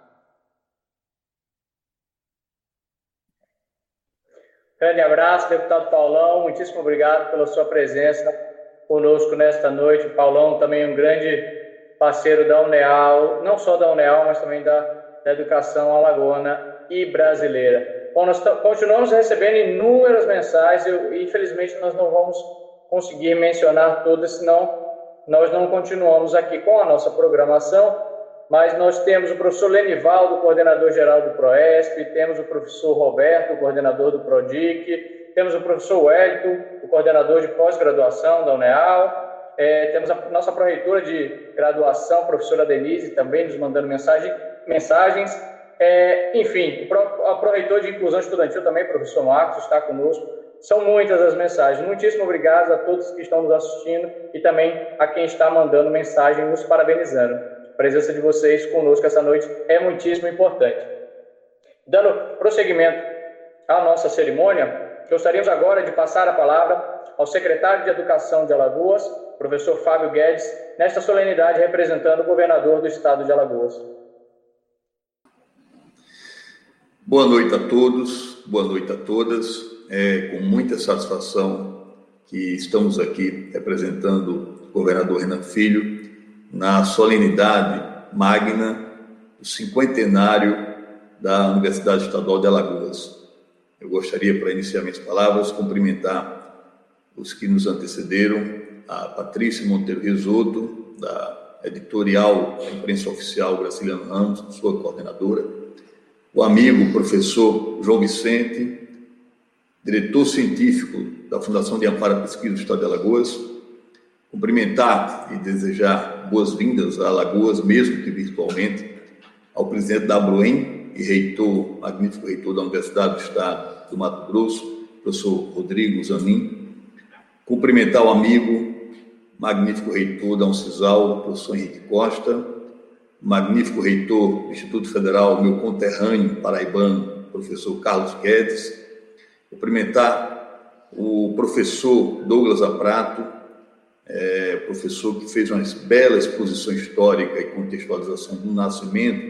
Grande abraço, deputado Paulão, muitíssimo obrigado pela sua presença conosco nesta noite. O Paulão também é um grande parceiro da UNEAL, não só da UNEAL, mas também da educação alagoana e brasileira. Bom, nós continuamos recebendo inúmeras mensagens e, infelizmente, nós não vamos conseguir mencionar todas, senão nós não continuamos aqui com a nossa programação, mas nós temos o professor Lenivaldo, coordenador-geral do PROESP, temos o professor Roberto, coordenador do PRODIC, temos o professor Wellington, o coordenador de pós-graduação da UNEAL, temos a nossa pró-reitora de graduação, a professora Denise, também nos mandando mensagens. Enfim, a pró-reitor de inclusão estudantil também, professor Marcos, está conosco. São muitas as mensagens. Muitíssimo obrigado a todos que estão nos assistindo e também a quem está mandando mensagem nos parabenizando. A presença de vocês conosco essa noite é muitíssimo importante. Dando prosseguimento à nossa cerimônia, gostaríamos agora de passar a palavra ao secretário de Educação de Alagoas, professor Fábio Guedes, nesta solenidade representando o governador do estado de Alagoas. Boa noite a todos, boa noite a todas. É com muita satisfação que estamos aqui representando o governador Renan Filho na solenidade magna do cinquentenário da Universidade Estadual de Alagoas. Eu gostaria, para iniciar minhas palavras, cumprimentar os que nos antecederam, a Patrícia Monteiro Risotto, da editorial da Imprensa Oficial Graciliano Ramos, sua coordenadora, o amigo professor João Vicente, diretor científico da Fundação de Amparo à Pesquisa do Estado de Alagoas, cumprimentar e desejar boas-vindas a Alagoas, mesmo que virtualmente, ao presidente da Abroem e reitor, magnífico reitor da Universidade do Estado do Mato Grosso, professor Rodrigo Zanin, cumprimentar o amigo, magnífico reitor da Uncisal, professor Henrique Costa, magnífico reitor do Instituto Federal, meu conterrâneo paraibano, professor Carlos Guedes, cumprimentar o professor Douglas Aprato, professor que fez uma bela exposição histórica e contextualização do nascimento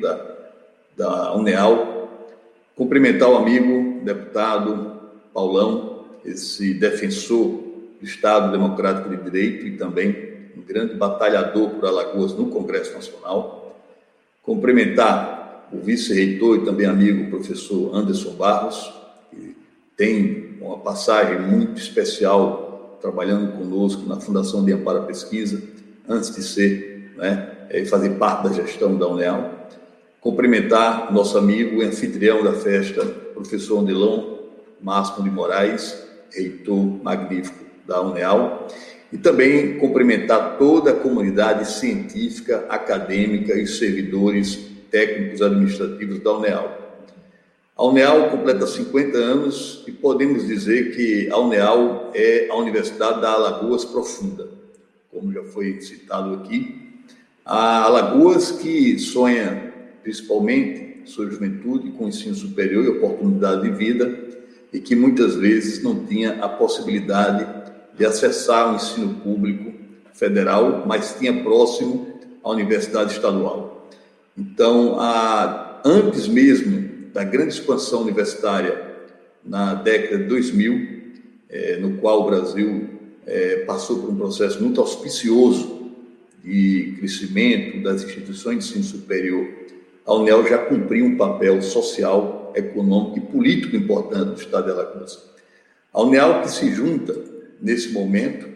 da UNEAL, cumprimentar o amigo deputado Paulão, esse defensor do Estado Democrático de Direito e também um grande batalhador por Alagoas no Congresso Nacional, cumprimentar o vice-reitor e também amigo professor Anderson Barros, que tem uma passagem muito especial trabalhando conosco na Fundação de Amparo à Pesquisa, antes de ser, fazer parte da gestão da UNEAL. Cumprimentar nosso amigo e anfitrião da festa, professor Andelon Máximo de Moraes, reitor magnífico da UNEAL, e também cumprimentar toda a comunidade científica, acadêmica e servidores técnicos administrativos da UNEAL. A UNEAL completa 50 anos e podemos dizer que a UNEAL é a Universidade da Alagoas Profunda, como já foi citado aqui. A Alagoas que sonha principalmente sua juventude com ensino superior e oportunidade de vida e que muitas vezes não tinha a possibilidade de acessar o ensino público federal, mas tinha próximo a Universidade Estadual. Então, antes mesmo da grande expansão universitária na década de 2000, no qual o Brasil passou por um processo muito auspicioso de crescimento das instituições de ensino superior, a UNEAL já cumpriu um papel social, econômico e político importante do Estado de Alagoas. A UNEAL que se junta, nesse momento,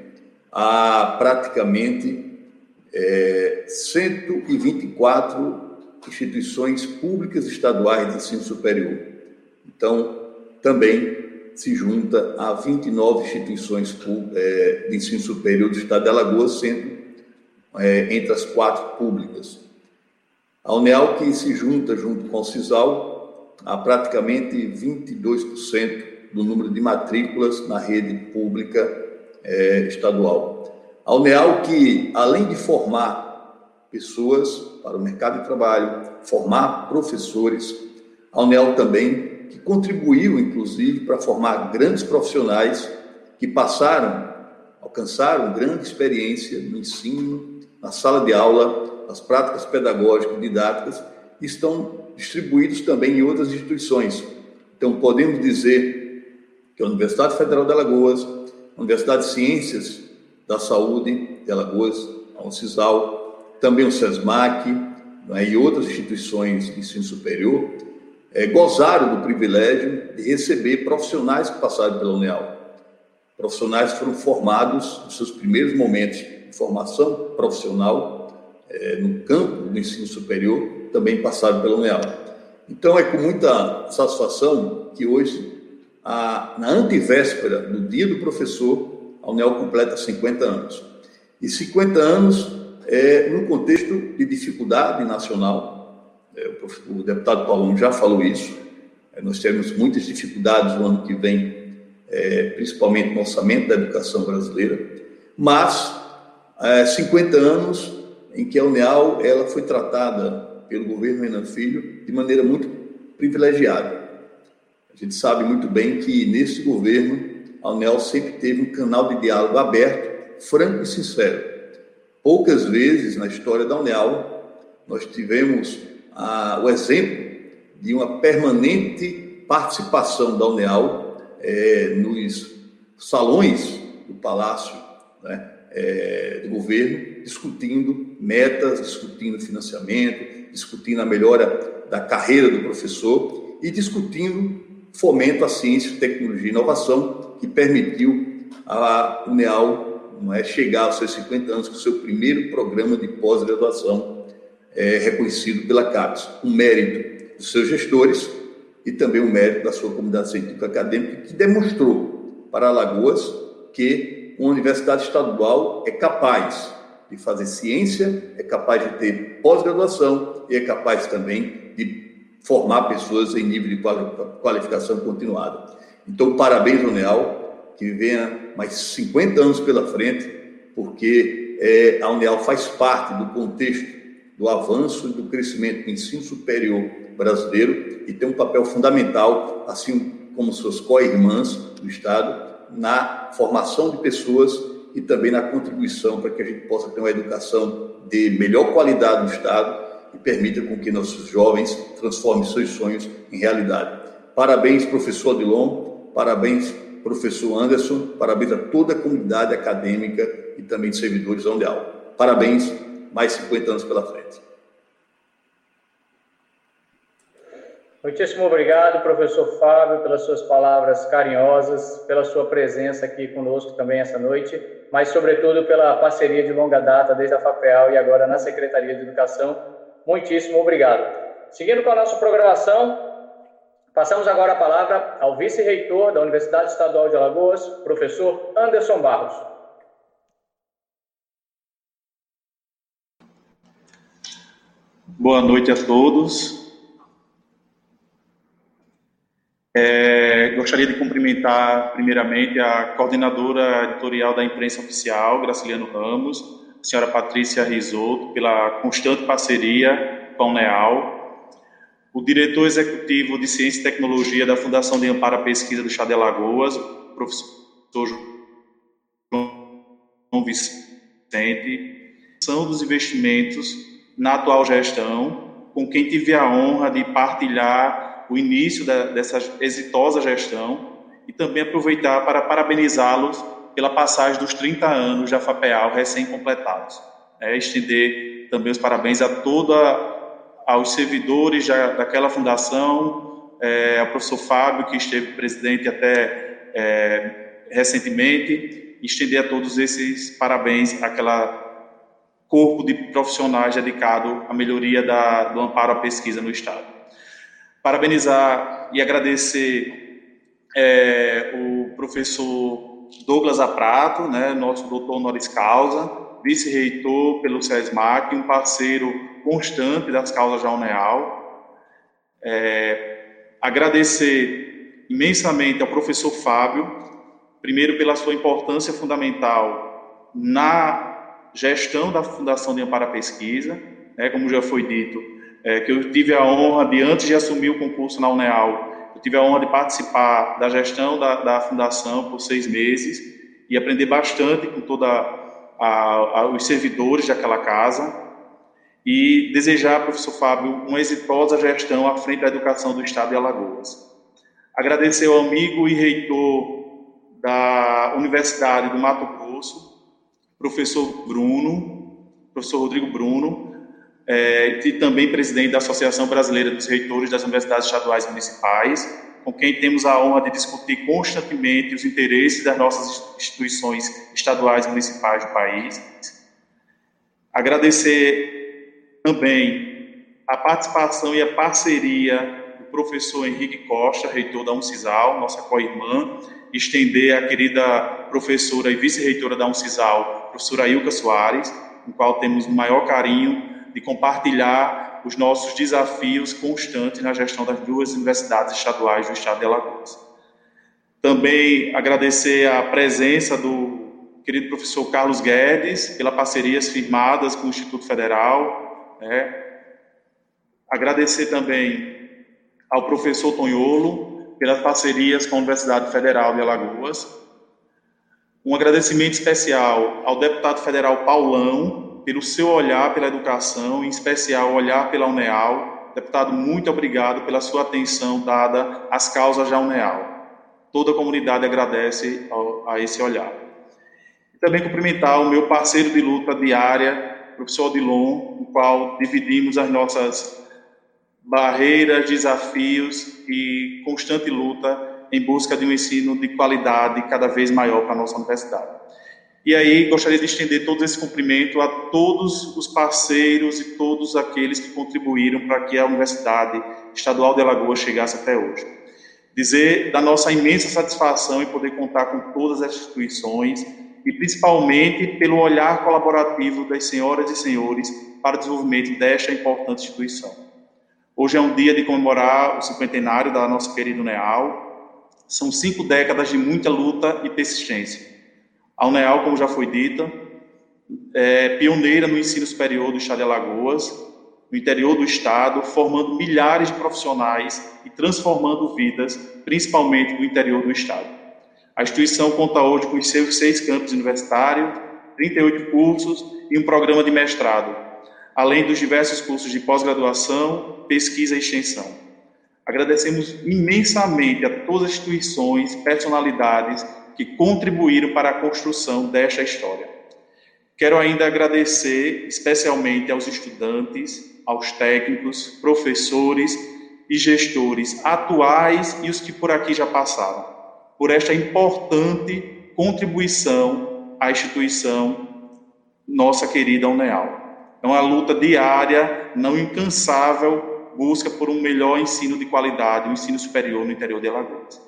a praticamente 124 instituições públicas estaduais de ensino superior. Então, também se junta a 29 instituições de ensino superior do Estado de Alagoas, sendo entre as 4 públicas. A UNEAL que se junta junto com o CISAL a praticamente 22% do número de matrículas na rede pública estadual. A UNEAL que, além de formar pessoas para o mercado de trabalho, formar professores, a UNEAL também que contribuiu, inclusive, para formar grandes profissionais que alcançaram grande experiência no ensino, na sala de aula, nas práticas pedagógicas e didáticas, e estão distribuídos também em outras instituições. Então, podemos dizer que a Universidade Federal de Alagoas, a Universidade de Ciências da Saúde de Alagoas, a UNCISAL, também o SESMAC, e outras instituições de ensino superior, gozaram do privilégio de receber profissionais que passaram pela UNEAL. Profissionais que foram formados nos seus primeiros momentos de formação profissional, no campo do ensino superior, também passaram pela UNEAL. Então, é com muita satisfação que hoje, na antevéspera do Dia do Professor, a UNEAL completa 50 anos. E 50 anos no contexto de dificuldade nacional. O deputado Paulão já falou isso. Nós temos muitas dificuldades no ano que vem, principalmente no orçamento da educação brasileira, mas 50 anos em que a UNEAL ela foi tratada pelo governo Renan Filho de maneira muito privilegiada. A gente sabe muito bem que, nesse governo, a UNEAL sempre teve um canal de diálogo aberto, franco e sincero. Poucas vezes na história da UNEAL nós tivemos o exemplo de uma permanente participação da UNEAL nos salões do Palácio, né, do governo, discutindo metas, discutindo financiamento, discutindo a melhora da carreira do professor e discutindo fomento à ciência, tecnologia e inovação, que permitiu a UNEAL chegar aos seus 50 anos com o seu primeiro programa de pós-graduação reconhecido pela CAPES. Um mérito dos seus gestores e também um mérito da sua comunidade científica acadêmica, que demonstrou para Alagoas que uma universidade estadual é capaz de fazer ciência, é capaz de ter pós-graduação e é capaz também de formar pessoas em nível de qualificação continuada. Então, parabéns, UNEAL, que venha mais 50 anos pela frente, porque a UNEAL faz parte do contexto do avanço e do crescimento do ensino superior brasileiro e tem um papel fundamental, assim como suas co-irmãs do Estado, na formação de pessoas e também na contribuição para que a gente possa ter uma educação de melhor qualidade no Estado e permita com que nossos jovens transformem seus sonhos em realidade. Parabéns, professor Odilon, parabéns, professor Anderson, parabéns a toda a comunidade acadêmica e também de servidores da UNEAL. Parabéns, mais 50 anos pela frente. Muitíssimo obrigado, professor Fábio, pelas suas palavras carinhosas, pela sua presença aqui conosco também essa noite, mas, sobretudo, pela parceria de longa data desde a FAPEAL e agora na Secretaria de Educação. Muitíssimo obrigado. Seguindo com a nossa programação, passamos agora a palavra ao vice-reitor da Universidade Estadual de Alagoas, professor Anderson Barros. Boa noite a todos. Gostaria de cumprimentar, primeiramente, a coordenadora editorial da imprensa oficial, Graciliano Ramos, a senhora Patrícia Risotto, pela constante parceria com a UNEAL, o diretor executivo de Ciência e Tecnologia da Fundação de Amparo à Pesquisa do Estado de Alagoas, o professor João Vicente, são dos investimentos na atual gestão, com quem tive a honra de partilhar o início dessa exitosa gestão e também aproveitar para parabenizá-los pela passagem dos 30 anos da FAPEAL recém-completados. Estender também os parabéns aos servidores daquela fundação, ao professor Fábio, que esteve presidente até recentemente, e estender a todos esses parabéns àquela corpo de profissionais dedicado à melhoria do amparo à pesquisa no Estado. Parabenizar e agradecer o professor Douglas Aprato, nosso doutor honoris causa, vice-reitor pelo SESMAC, um parceiro constante das causas da UNEAL. Agradecer imensamente ao professor Fábio, primeiro pela sua importância fundamental na gestão da Fundação de Amparo à Pesquisa, como já foi dito, que eu tive a honra de, antes de assumir o concurso na UNEAL, eu tive a honra de participar da gestão da Fundação por 6 meses e aprender bastante com todos os servidores daquela casa e desejar, professor Fábio, uma exitosa gestão à frente da educação do Estado de Alagoas. Agradecer ao amigo e reitor da Universidade do Mato Grosso, professor Rodrigo Bruno, e também presidente da Associação Brasileira dos Reitores das Universidades Estaduais e Municipais, com quem temos a honra de discutir constantemente os interesses das nossas instituições estaduais e municipais do país. Agradecer também a participação e a parceria do professor Henrique Costa, reitor da Uncisal, nossa co-irmã, estender a querida professora e vice-reitora da Uncisal, professora Ilka Soares, com qual temos o maior carinho de compartilhar os nossos desafios constantes na gestão das 2 universidades estaduais do Estado de Alagoas. Também agradecer a presença do querido professor Carlos Guedes, pelas parcerias firmadas com o Instituto Federal. Agradecer também ao professor Tonholo, pelas parcerias com a Universidade Federal de Alagoas. Um agradecimento especial ao deputado federal Paulão, pelo seu olhar pela educação, em especial olhar pela UNEAL, Deputado, muito obrigado pela sua atenção dada às causas da UNEAL. Toda a comunidade agradece a esse olhar. E também cumprimentar o meu parceiro de luta diária, professor Odilon, no qual dividimos as nossas barreiras, desafios e constante luta em busca de um ensino de qualidade cada vez maior para a nossa universidade. E aí, gostaria de estender todo esse cumprimento a todos os parceiros e todos aqueles que contribuíram para que a Universidade Estadual de Alagoas chegasse até hoje. Dizer da nossa imensa satisfação em poder contar com todas as instituições e principalmente pelo olhar colaborativo das senhoras e senhores para o desenvolvimento desta importante instituição. Hoje é um dia de comemorar o cinquentenário da nossa querida UNEAL. São 5 décadas de muita luta e persistência. A UNEAL, como já foi dita, é pioneira no ensino superior do estado de Alagoas, no interior do estado, formando milhares de profissionais e transformando vidas, principalmente no interior do estado. A instituição conta hoje com os seus 6 campos universitários, 38 cursos e um programa de mestrado, além dos diversos cursos de pós-graduação, pesquisa e extensão. Agradecemos imensamente a todas as instituições, personalidades que contribuíram para a construção desta história. Quero ainda agradecer especialmente aos estudantes, aos técnicos, professores e gestores atuais e os que por aqui já passaram, por esta importante contribuição à instituição nossa querida UNEAL. É uma luta diária, não incansável, busca por um melhor ensino de qualidade, um ensino superior no interior de Alagoas.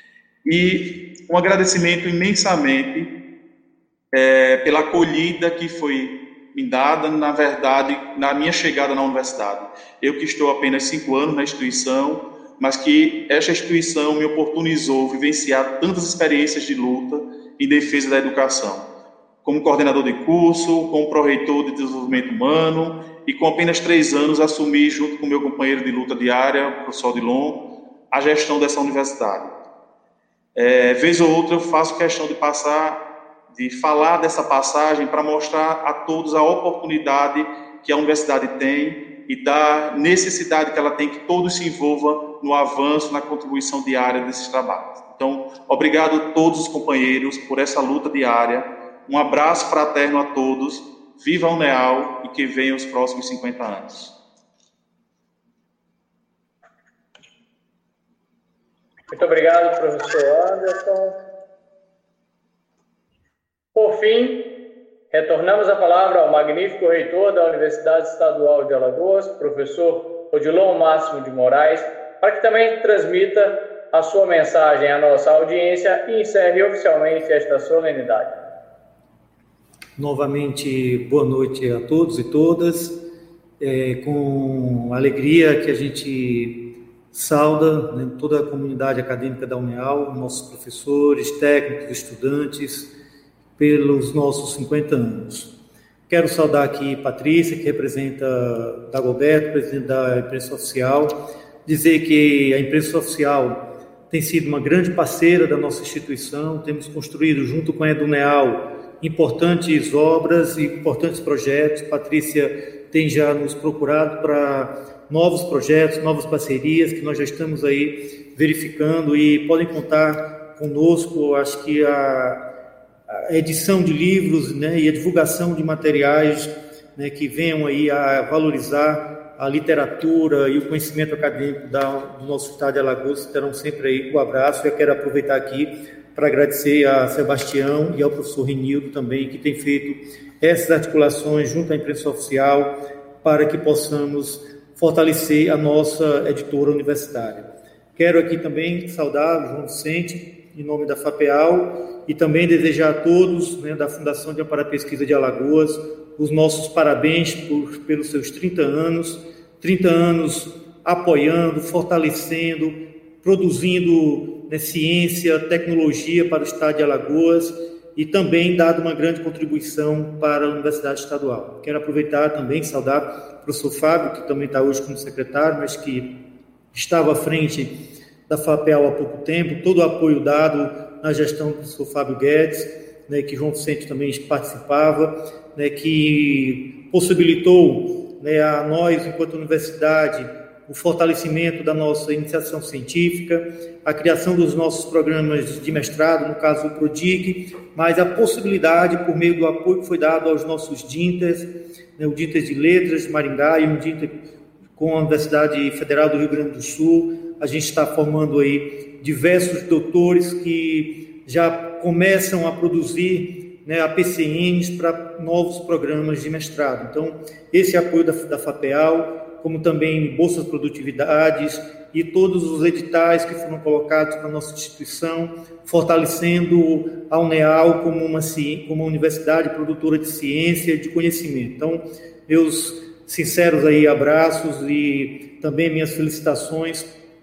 E um agradecimento imensamente pela acolhida que foi me dada, na verdade, na minha chegada na universidade. Eu que estou apenas 5 anos na instituição, mas que esta instituição me oportunizou vivenciar tantas experiências de luta em defesa da educação. Como coordenador de curso, como pró-reitor de desenvolvimento humano, e com apenas 3 anos assumi, junto com meu companheiro de luta diária, o professor Odilon, a gestão dessa universidade. Vez ou outra eu faço questão de falar dessa passagem para mostrar a todos a oportunidade que a universidade tem e da necessidade que ela tem que todos se envolvam no avanço, na contribuição diária desses trabalhos. Então, obrigado a todos os companheiros por essa luta diária, um abraço fraterno a todos, viva a UNEAL e que venham os próximos 50 anos. Muito obrigado, professor Anderson. Por fim, retornamos a palavra ao magnífico reitor da Universidade Estadual de Alagoas, professor Odilon Máximo de Moraes, para que também transmita a sua mensagem à nossa audiência e encerre oficialmente esta solenidade. Novamente, boa noite a todos e todas. Com alegria que a gente sauda, né, toda a comunidade acadêmica da UNEAL, nossos professores, técnicos, estudantes, pelos nossos 50 anos. Quero saudar aqui Patrícia, que representa Dagoberto, presidente da imprensa oficial, dizer que a imprensa oficial tem sido uma grande parceira da nossa instituição, temos construído junto com a UNEAL importantes obras e importantes projetos. Patrícia tem já nos procurado para novos projetos, novas parcerias que nós já estamos aí verificando e podem contar conosco. Acho que a edição de livros, né, e a divulgação de materiais, né, que venham aí a valorizar a literatura e o conhecimento acadêmico do nosso estado de Alagoas terão sempre aí o abraço. Eu quero aproveitar aqui para agradecer a Sebastião e ao professor Renildo também, que tem feito essas articulações junto à imprensa oficial para que possamos fortalecer a nossa editora universitária. Quero aqui também saudar o João Vicente, em nome da FAPEAL, e também desejar a todos, né, da Fundação de Amparo à Pesquisa de Alagoas, os nossos parabéns pelos seus 30 anos apoiando, fortalecendo, produzindo, né, ciência, tecnologia para o estado de Alagoas e também dado uma grande contribuição para a Universidade Estadual. Quero aproveitar também e saudar o professor Fábio, que também está hoje como secretário, mas que estava à frente da FAPEAL há pouco tempo, todo o apoio dado na gestão do professor Fábio Guedes, né, que João Vicente também participava, né, que possibilitou, né, a nós, enquanto universidade, o fortalecimento da nossa iniciação científica, a criação dos nossos programas de mestrado, no caso o PRODIC, mas a possibilidade, por meio do apoio que foi dado aos nossos DINTERs, né, o DINTER de Letras de Maringá e o DINTER com a Universidade Federal do Rio Grande do Sul, a gente está formando aí diversos doutores que já começam a produzir, né, APCNs para novos programas de mestrado. Então, esse apoio da FAPEAL, como também bolsas de produtividades e todos os editais que foram colocados na nossa instituição, fortalecendo a UNEAL como uma universidade produtora de ciência e de conhecimento. Então, meus sinceros aí abraços e também minhas felicitações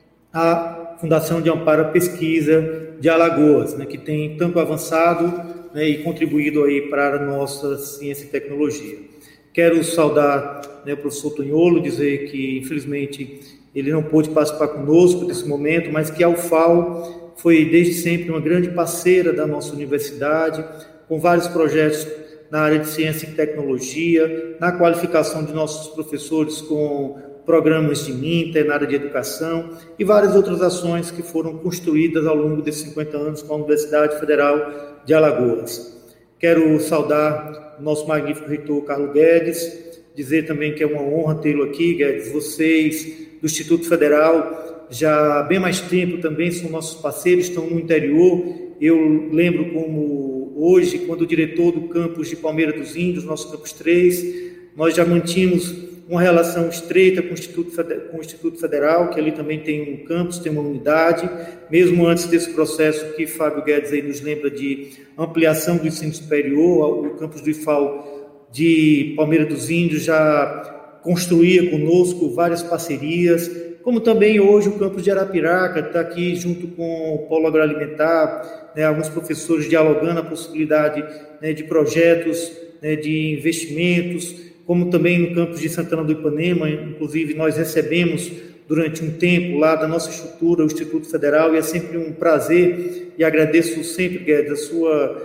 à Fundação de Amparo à Pesquisa de Alagoas, né, que tem tanto avançado, né, e contribuído aí para a nossa ciência e tecnologia. Quero saudar, né, o professor Tonholo, dizer que, infelizmente, ele não pôde participar conosco nesse momento, mas que a UFAL foi, desde sempre, uma grande parceira da nossa universidade, com vários projetos na área de ciência e tecnologia, na qualificação de nossos professores com programas de MINTER, na área de educação, e várias outras ações que foram construídas ao longo desses 50 anos com a Universidade Federal de Alagoas. Quero saudar o nosso magnífico reitor Carlos Guedes, dizer também que é uma honra tê-lo aqui, Guedes. Vocês do Instituto Federal já há bem mais tempo também são nossos parceiros, estão no interior. Eu lembro como hoje, quando o diretor do campus de Palmeira dos Índios, nosso campus 3, nós já mantínhamos uma relação estreita com o Instituto Federal, que ali também tem um campus, tem uma unidade, mesmo antes desse processo que Fábio Guedes aí nos lembra de ampliação do ensino superior, o campus do IFAL de Palmeira dos Índios já construía conosco várias parcerias, como também hoje o campus de Arapiraca está aqui junto com o Polo Agroalimentar, né, alguns professores dialogando a possibilidade, né, de projetos, né, de investimentos, como também no campus de Santana do Ipanema. Inclusive nós recebemos durante um tempo lá da nossa estrutura o Instituto Federal, e é sempre um prazer, e agradeço sempre, Guedes, a sua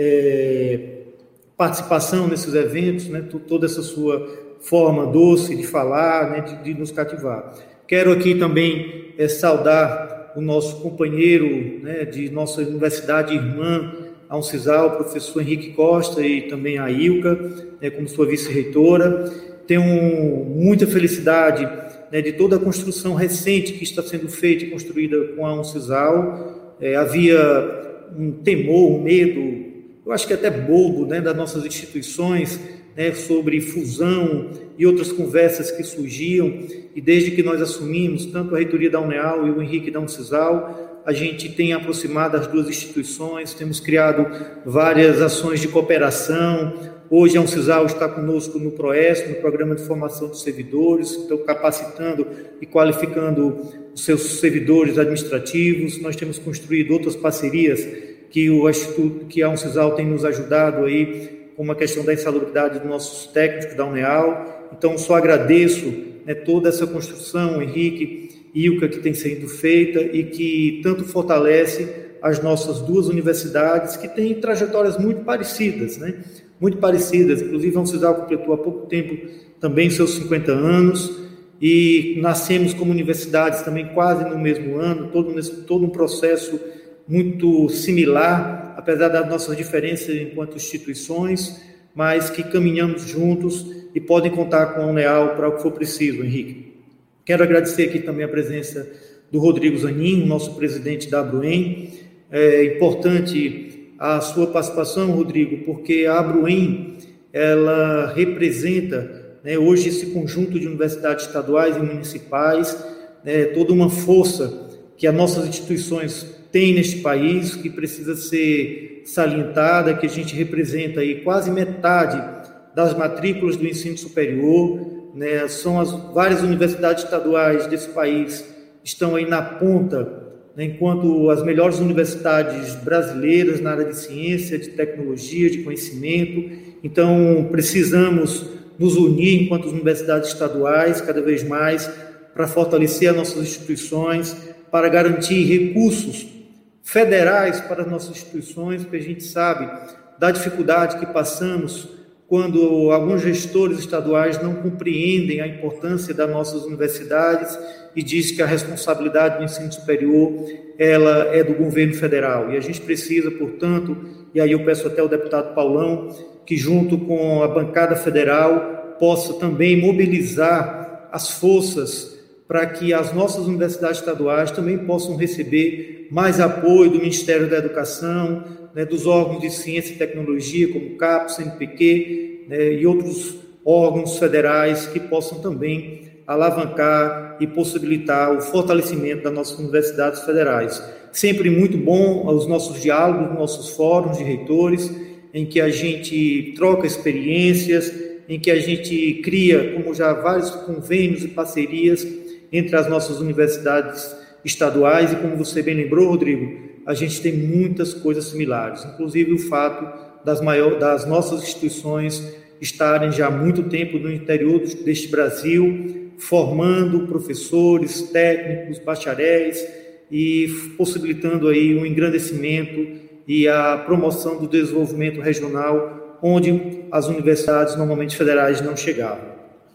participação nesses eventos, né, toda essa sua forma doce de falar, né, de nos cativar. Quero aqui também saudar o nosso companheiro, né, de nossa universidade irmã, a Uncisal, o professor Henrique Costa, e também a Ilka, né, como sua vice-reitora. Tenho muita felicidade, né, de toda a construção recente que está sendo feita e construída com a Uncisal. Havia um temor, um medo, eu acho que até bobo, né, das nossas instituições, né, sobre fusão e outras conversas que surgiam, e desde que nós assumimos, tanto a reitoria da UNEAL e o Henrique da Uncisal, a gente tem aproximado as duas instituições, temos criado várias ações de cooperação. Hoje a Uncisal está conosco no PROESP, no Programa de Formação dos Servidores, estão capacitando e qualificando os seus servidores administrativos. Nós temos construído outras parcerias que a Uncisal tem nos ajudado aí, como a questão da insalubridade dos nossos técnicos da UNEAL. Então, só agradeço, né, toda essa construção, Henrique, Ilka, que tem sido feita e que tanto fortalece as nossas duas universidades, que têm trajetórias muito parecidas, né? Muito parecidas. Inclusive, a Uncisal completou há pouco tempo também seus 50 anos, e nascemos como universidades também quase no mesmo ano, todo um processo muito similar, apesar das nossas diferenças enquanto instituições, mas que caminhamos juntos e podem contar com a UNEAL para o que for preciso, Henrique. Quero agradecer aqui também a presença do Rodrigo Zanin, nosso presidente da Abruem. É importante a sua participação, Rodrigo, porque a Abruem, ela representa, né, hoje esse conjunto de universidades estaduais e municipais, né, toda uma força que as nossas instituições têm neste país, que precisa ser salientada, que a gente representa aí quase metade das matrículas do ensino superior, né, são as várias universidades estaduais desse país estão aí na ponta, né, enquanto as melhores universidades brasileiras na área de ciência, de tecnologia, de conhecimento. Então, precisamos nos unir enquanto universidades estaduais, cada vez mais, para fortalecer as nossas instituições, para garantir recursos federais para as nossas instituições, porque a gente sabe da dificuldade que passamos quando alguns gestores estaduais não compreendem a importância das nossas universidades e diz que a responsabilidade do ensino superior ela é do governo federal. E a gente precisa, portanto, e aí eu peço até ao deputado Paulão, que junto com a bancada federal possa também mobilizar as forças para que as nossas universidades estaduais também possam receber mais apoio do Ministério da Educação, dos órgãos de ciência e tecnologia, como o CAPES, CNPq, e outros órgãos federais que possam também alavancar e possibilitar o fortalecimento das nossas universidades federais. Sempre muito bom os nossos diálogos, nossos fóruns de reitores, em que a gente troca experiências, em que a gente cria, como já vários convênios e parcerias entre as nossas universidades estaduais, e como você bem lembrou, Rodrigo, a gente tem muitas coisas similares, inclusive o fato das nossas instituições estarem já há muito tempo no interior deste Brasil, formando professores, técnicos, bacharéis e possibilitando aí um engrandecimento e a promoção do desenvolvimento regional, onde as universidades normalmente federais não chegavam.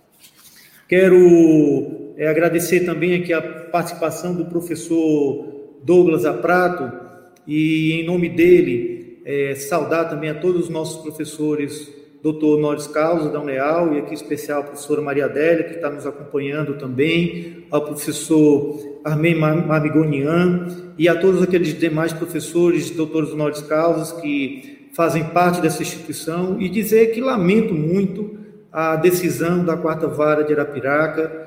Quero agradecer também aqui a participação do professor Douglas Aprato e, em nome dele, saudar também a todos os nossos professores, doutor Honoris Causa da UNEAL, e aqui em especial a professora Maria Adélia, que está nos acompanhando também, ao professor Armem Marmigonian e a todos aqueles demais professores, doutores Honoris Causa, que fazem parte dessa instituição, e dizer que lamento muito a decisão da 4ª Vara de Arapiraca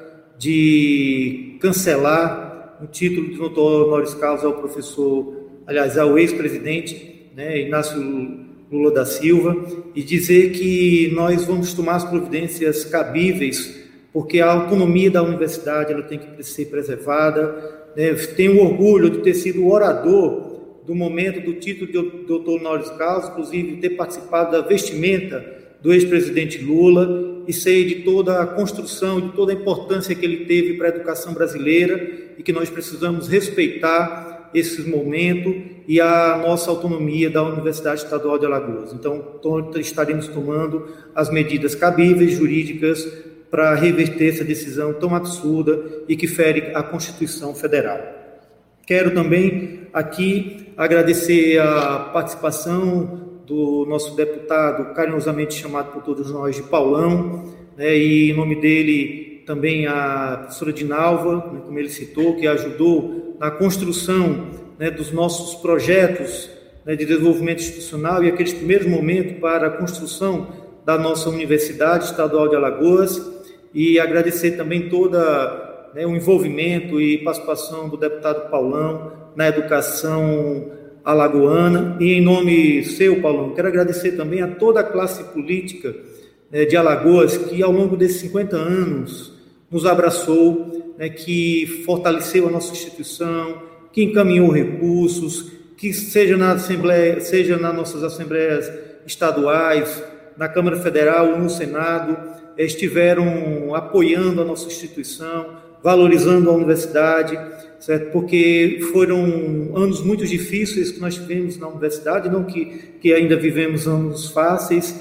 de cancelar o título de doutor Honoris Causa ao professor, aliás, ao ex-presidente, Inácio Lula da Silva, e dizer que nós vamos tomar as providências cabíveis, porque a autonomia da universidade ela tem que ser preservada. Tenho orgulho de ter sido o orador do momento do título de doutor Honoris Causa, inclusive ter participado da vestimenta do ex-presidente Lula, e sei de toda a construção, de toda a importância que ele teve para a educação brasileira, e que nós precisamos respeitar esse momento e a nossa autonomia da Universidade Estadual de Alagoas. Então, estaremos tomando as medidas cabíveis, jurídicas, para reverter essa decisão tão absurda e que fere a Constituição Federal. Quero também aqui agradecer a participação do nosso deputado, carinhosamente chamado por todos nós de Paulão, e em nome dele também a professora Dinalva, como ele citou, que ajudou na construção dos nossos projetos de desenvolvimento institucional e aqueles primeiros momentos para a construção da nossa Universidade Estadual de Alagoas, e agradecer também todo o envolvimento e participação do deputado Paulão na educação alagoana. E em nome seu, Paulão, quero agradecer também a toda a classe política de Alagoas, que ao longo desses 50 anos nos abraçou, que fortaleceu a nossa instituição, que encaminhou recursos, que seja na Assembleia, seja nas nossas assembleias estaduais, na Câmara Federal ou no Senado, estiveram apoiando a nossa instituição, valorizando a universidade, certo? Porque foram anos muito difíceis que nós tivemos na universidade, não que ainda vivemos anos fáceis.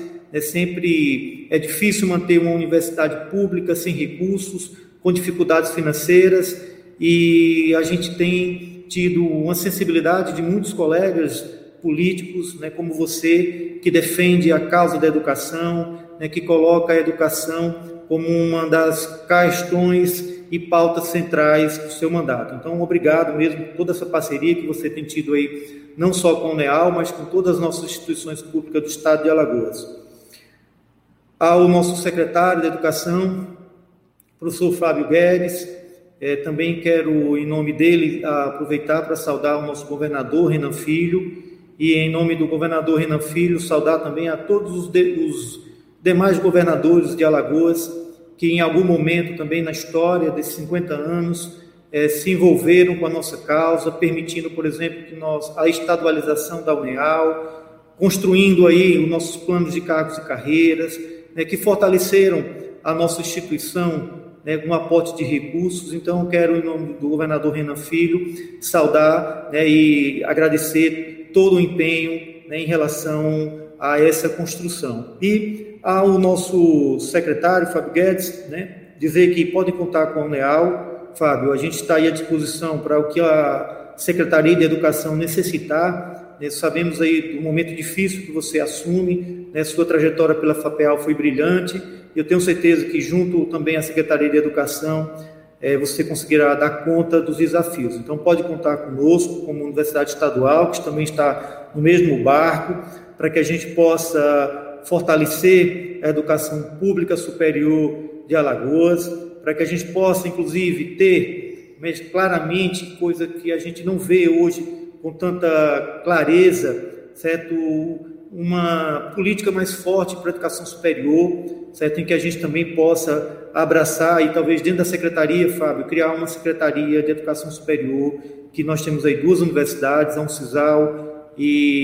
Sempre é difícil manter uma universidade pública sem recursos, com dificuldades financeiras, e a gente tem tido uma sensibilidade de muitos colegas políticos, como você, que defende a causa da educação, que coloca a educação como uma das questões e pautas centrais do seu mandato. Então, obrigado mesmo por toda essa parceria que você tem tido aí, não só com a UNEAL, mas com todas as nossas instituições públicas do Estado de Alagoas. Ao nosso secretário de Educação, professor Flávio Guedes, também quero, em nome dele, aproveitar para saudar o nosso governador, Renan Filho, e em nome do governador Renan Filho, saudar também a todos os demais governadores de Alagoas, que em algum momento também na história desses 50 anos se envolveram com a nossa causa, permitindo, por exemplo, a estadualização da UNEAL, construindo aí os nossos planos de cargos e carreiras, que fortaleceram a nossa instituição com um aporte de recursos. Então, quero, em nome do governador Renan Filho, saudar e agradecer todo o empenho em relação a essa construção. E ao nosso secretário, Fábio Guedes, dizer que podem contar com a UNEAL. Fábio, a gente está aí à disposição para o que a Secretaria de Educação necessitar. Sabemos aí do momento difícil que você assume, sua trajetória pela FAPEAL foi brilhante. Eu tenho certeza que, junto também à Secretaria de Educação, você conseguirá dar conta dos desafios. Então, pode contar conosco, como Universidade Estadual, que também está no mesmo barco, para que a gente possa fortalecer a educação pública superior de Alagoas, para que a gente possa, inclusive, ter claramente, coisa que a gente não vê hoje com tanta clareza, certo? Uma política mais forte para a educação superior, certo? Em que a gente também possa abraçar e talvez dentro da secretaria, Fábio, criar uma secretaria de educação superior, que nós temos aí 2 universidades, a UNCISAL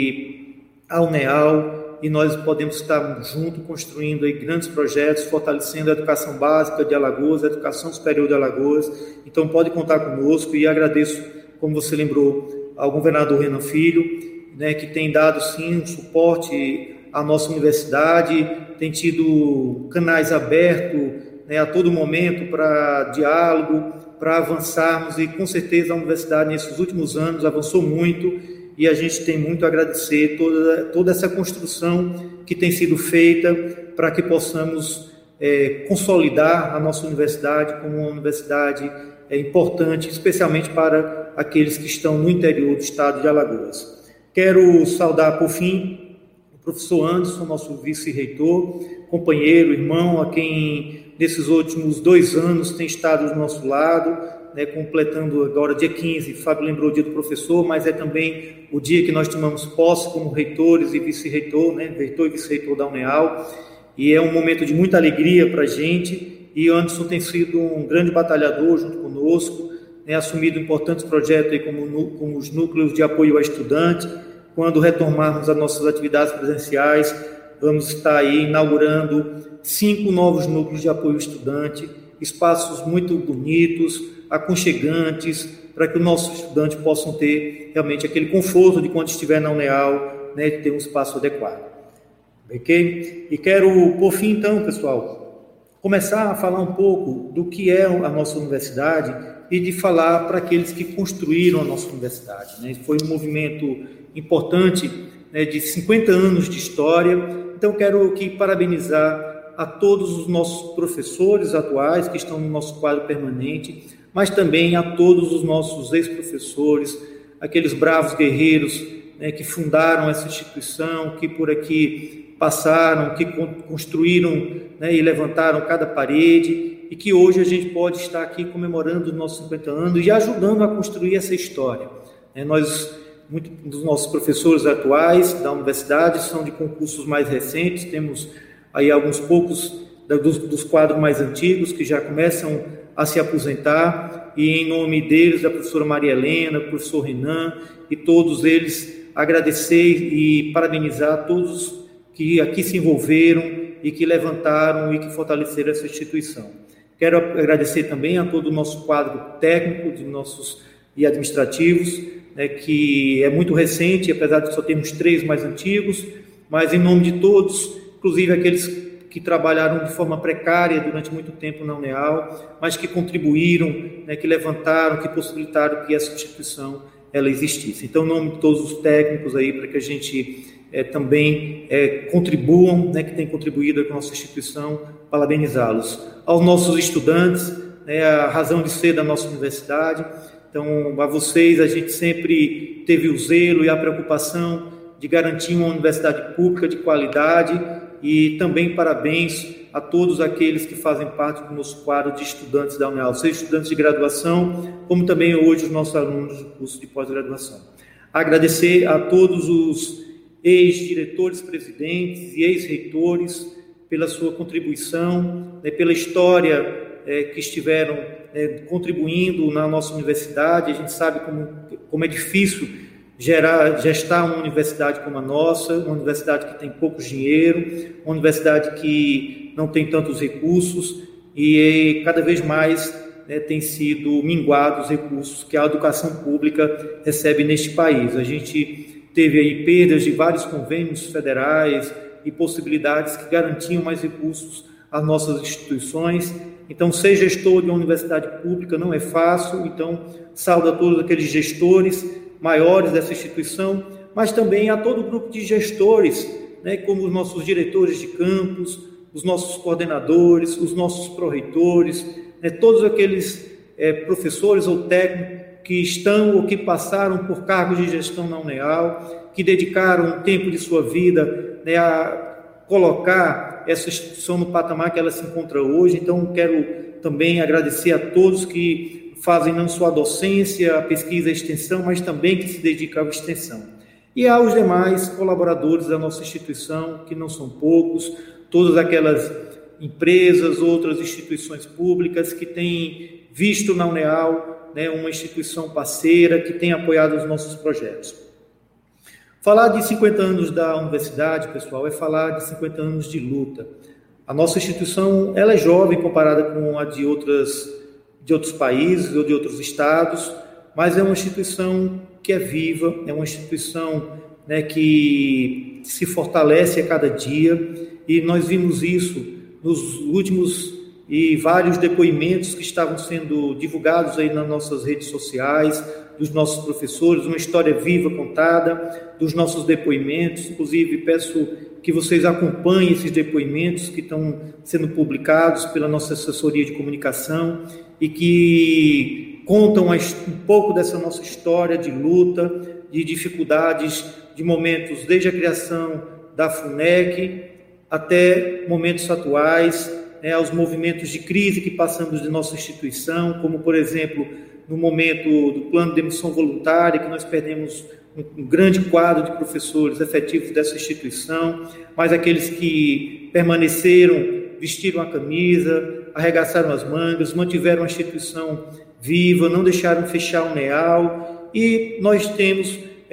e a UNEAL, e nós podemos estar juntos construindo aí grandes projetos, fortalecendo a educação básica de Alagoas, a educação superior de Alagoas. Então pode contar conosco, e agradeço, como você lembrou, ao governador Renan Filho, que tem dado sim um suporte à nossa universidade, tem tido canais abertos a todo momento para diálogo, para avançarmos, e com certeza a universidade nesses últimos anos avançou muito, e a gente tem muito a agradecer toda essa construção que tem sido feita para que possamos consolidar a nossa universidade como uma universidade importante, especialmente para aqueles que estão no interior do estado de Alagoas. Quero saudar, por fim, o professor Anderson, nosso vice-reitor, companheiro, irmão, a quem nesses últimos 2 anos tem estado do nosso lado, completando agora dia 15, Fábio lembrou o dia do professor, mas é também o dia que nós tomamos posse como reitores e vice-reitor, reitor e vice-reitor da UNEAL, e é um momento de muita alegria para a gente, e o Anderson tem sido um grande batalhador junto conosco, assumido importantes projetos aí como os núcleos de apoio ao estudante. Quando retomarmos as nossas atividades presenciais, vamos estar aí inaugurando 5 novos núcleos de apoio ao estudante, espaços muito bonitos, aconchegantes, para que os nossos estudantes possam ter realmente aquele conforto de quando estiver na UNEAL, de ter um espaço adequado. Ok? E quero, por fim, então, pessoal, começar a falar um pouco do que é a nossa universidade e de falar para aqueles que construíram a nossa universidade. Foi um movimento importante, de 50 anos de história. Então, quero aqui parabenizar a todos os nossos professores atuais que estão no nosso quadro permanente, mas também a todos os nossos ex-professores, aqueles bravos guerreiros que fundaram essa instituição, que por aqui passaram, que construíram e levantaram cada parede, e que hoje a gente pode estar aqui comemorando os nossos 50 anos e ajudando a construir essa história. Muitos dos nossos professores atuais da universidade são de concursos mais recentes, temos aí alguns poucos dos quadros mais antigos que já começam a se aposentar, e em nome deles, da professora Maria Helena, do professor Renan, e todos eles, agradecer e parabenizar todos que aqui se envolveram e que levantaram e que fortaleceram essa instituição. Quero agradecer também a todo o nosso quadro técnico e administrativos, que é muito recente, apesar de só termos 3 mais antigos, mas em nome de todos, inclusive aqueles que trabalharam de forma precária durante muito tempo na UNEAL, mas que contribuíram, que levantaram, que possibilitaram que essa instituição ela existisse. Então, em nome de todos os técnicos aí, para que a gente também contribuam, que têm contribuído com a nossa instituição, parabenizá-los. Aos nossos estudantes, a razão de ser da nossa universidade. Então, a vocês, a gente sempre teve o zelo e a preocupação de garantir uma universidade pública de qualidade, e também parabéns a todos aqueles que fazem parte do nosso quadro de estudantes da UNEAL, seja estudantes de graduação, como também hoje os nossos alunos do curso de pós-graduação. Agradecer a todos os ex-diretores, presidentes e ex-reitores pela sua contribuição, pela história que estiveram contribuindo na nossa universidade. A gente sabe como é difícil gestar uma universidade como a nossa, uma universidade que tem pouco dinheiro, uma universidade que não tem tantos recursos, e cada vez mais tem sido minguados os recursos que a educação pública recebe neste país. A gente teve aí perdas de vários convênios federais e possibilidades que garantiam mais recursos às nossas instituições. Então, ser gestor de uma universidade pública não é fácil, então saúdo a todos aqueles gestores maiores dessa instituição, mas também a todo o grupo de gestores, né, como os nossos diretores de campus, os nossos coordenadores, os nossos pró-reitores, né, todos aqueles professores ou técnicos que estão ou que passaram por cargos de gestão na UNEAL, que dedicaram um tempo de sua vida, né, a colocar essa instituição no patamar que ela se encontra hoje. Então, quero também agradecer a todos que fazem não só a docência, a pesquisa e a extensão, mas também que se dedicam à extensão. E aos demais colaboradores da nossa instituição, que não são poucos, todas aquelas empresas, outras instituições públicas que têm visto na UNEAL, né, uma instituição parceira que tem apoiado os nossos projetos. Falar de 50 anos da universidade, pessoal, é falar de 50 anos de luta. A nossa instituição, ela é jovem comparada com a de outros países ou de outros estados, mas é uma instituição que é viva, é uma instituição, né, que se fortalece a cada dia, e nós vimos isso nos últimos e vários depoimentos que estavam sendo divulgados aí nas nossas redes sociais, dos nossos professores, uma história viva contada, dos nossos depoimentos. Inclusive, peço que vocês acompanhem esses depoimentos que estão sendo publicados pela nossa assessoria de comunicação e que contam um pouco dessa nossa história de luta, de dificuldades, de momentos desde a criação da FUNEC até momentos atuais, né, aos movimentos de crise que passamos de nossa instituição, como, por exemplo, no momento do plano de demissão voluntária, que nós perdemos um grande quadro de professores efetivos dessa instituição, mas aqueles que permaneceram, vestiram a camisa, arregaçaram as mangas, mantiveram a instituição viva, não deixaram fechar o UNEAL, e nós temos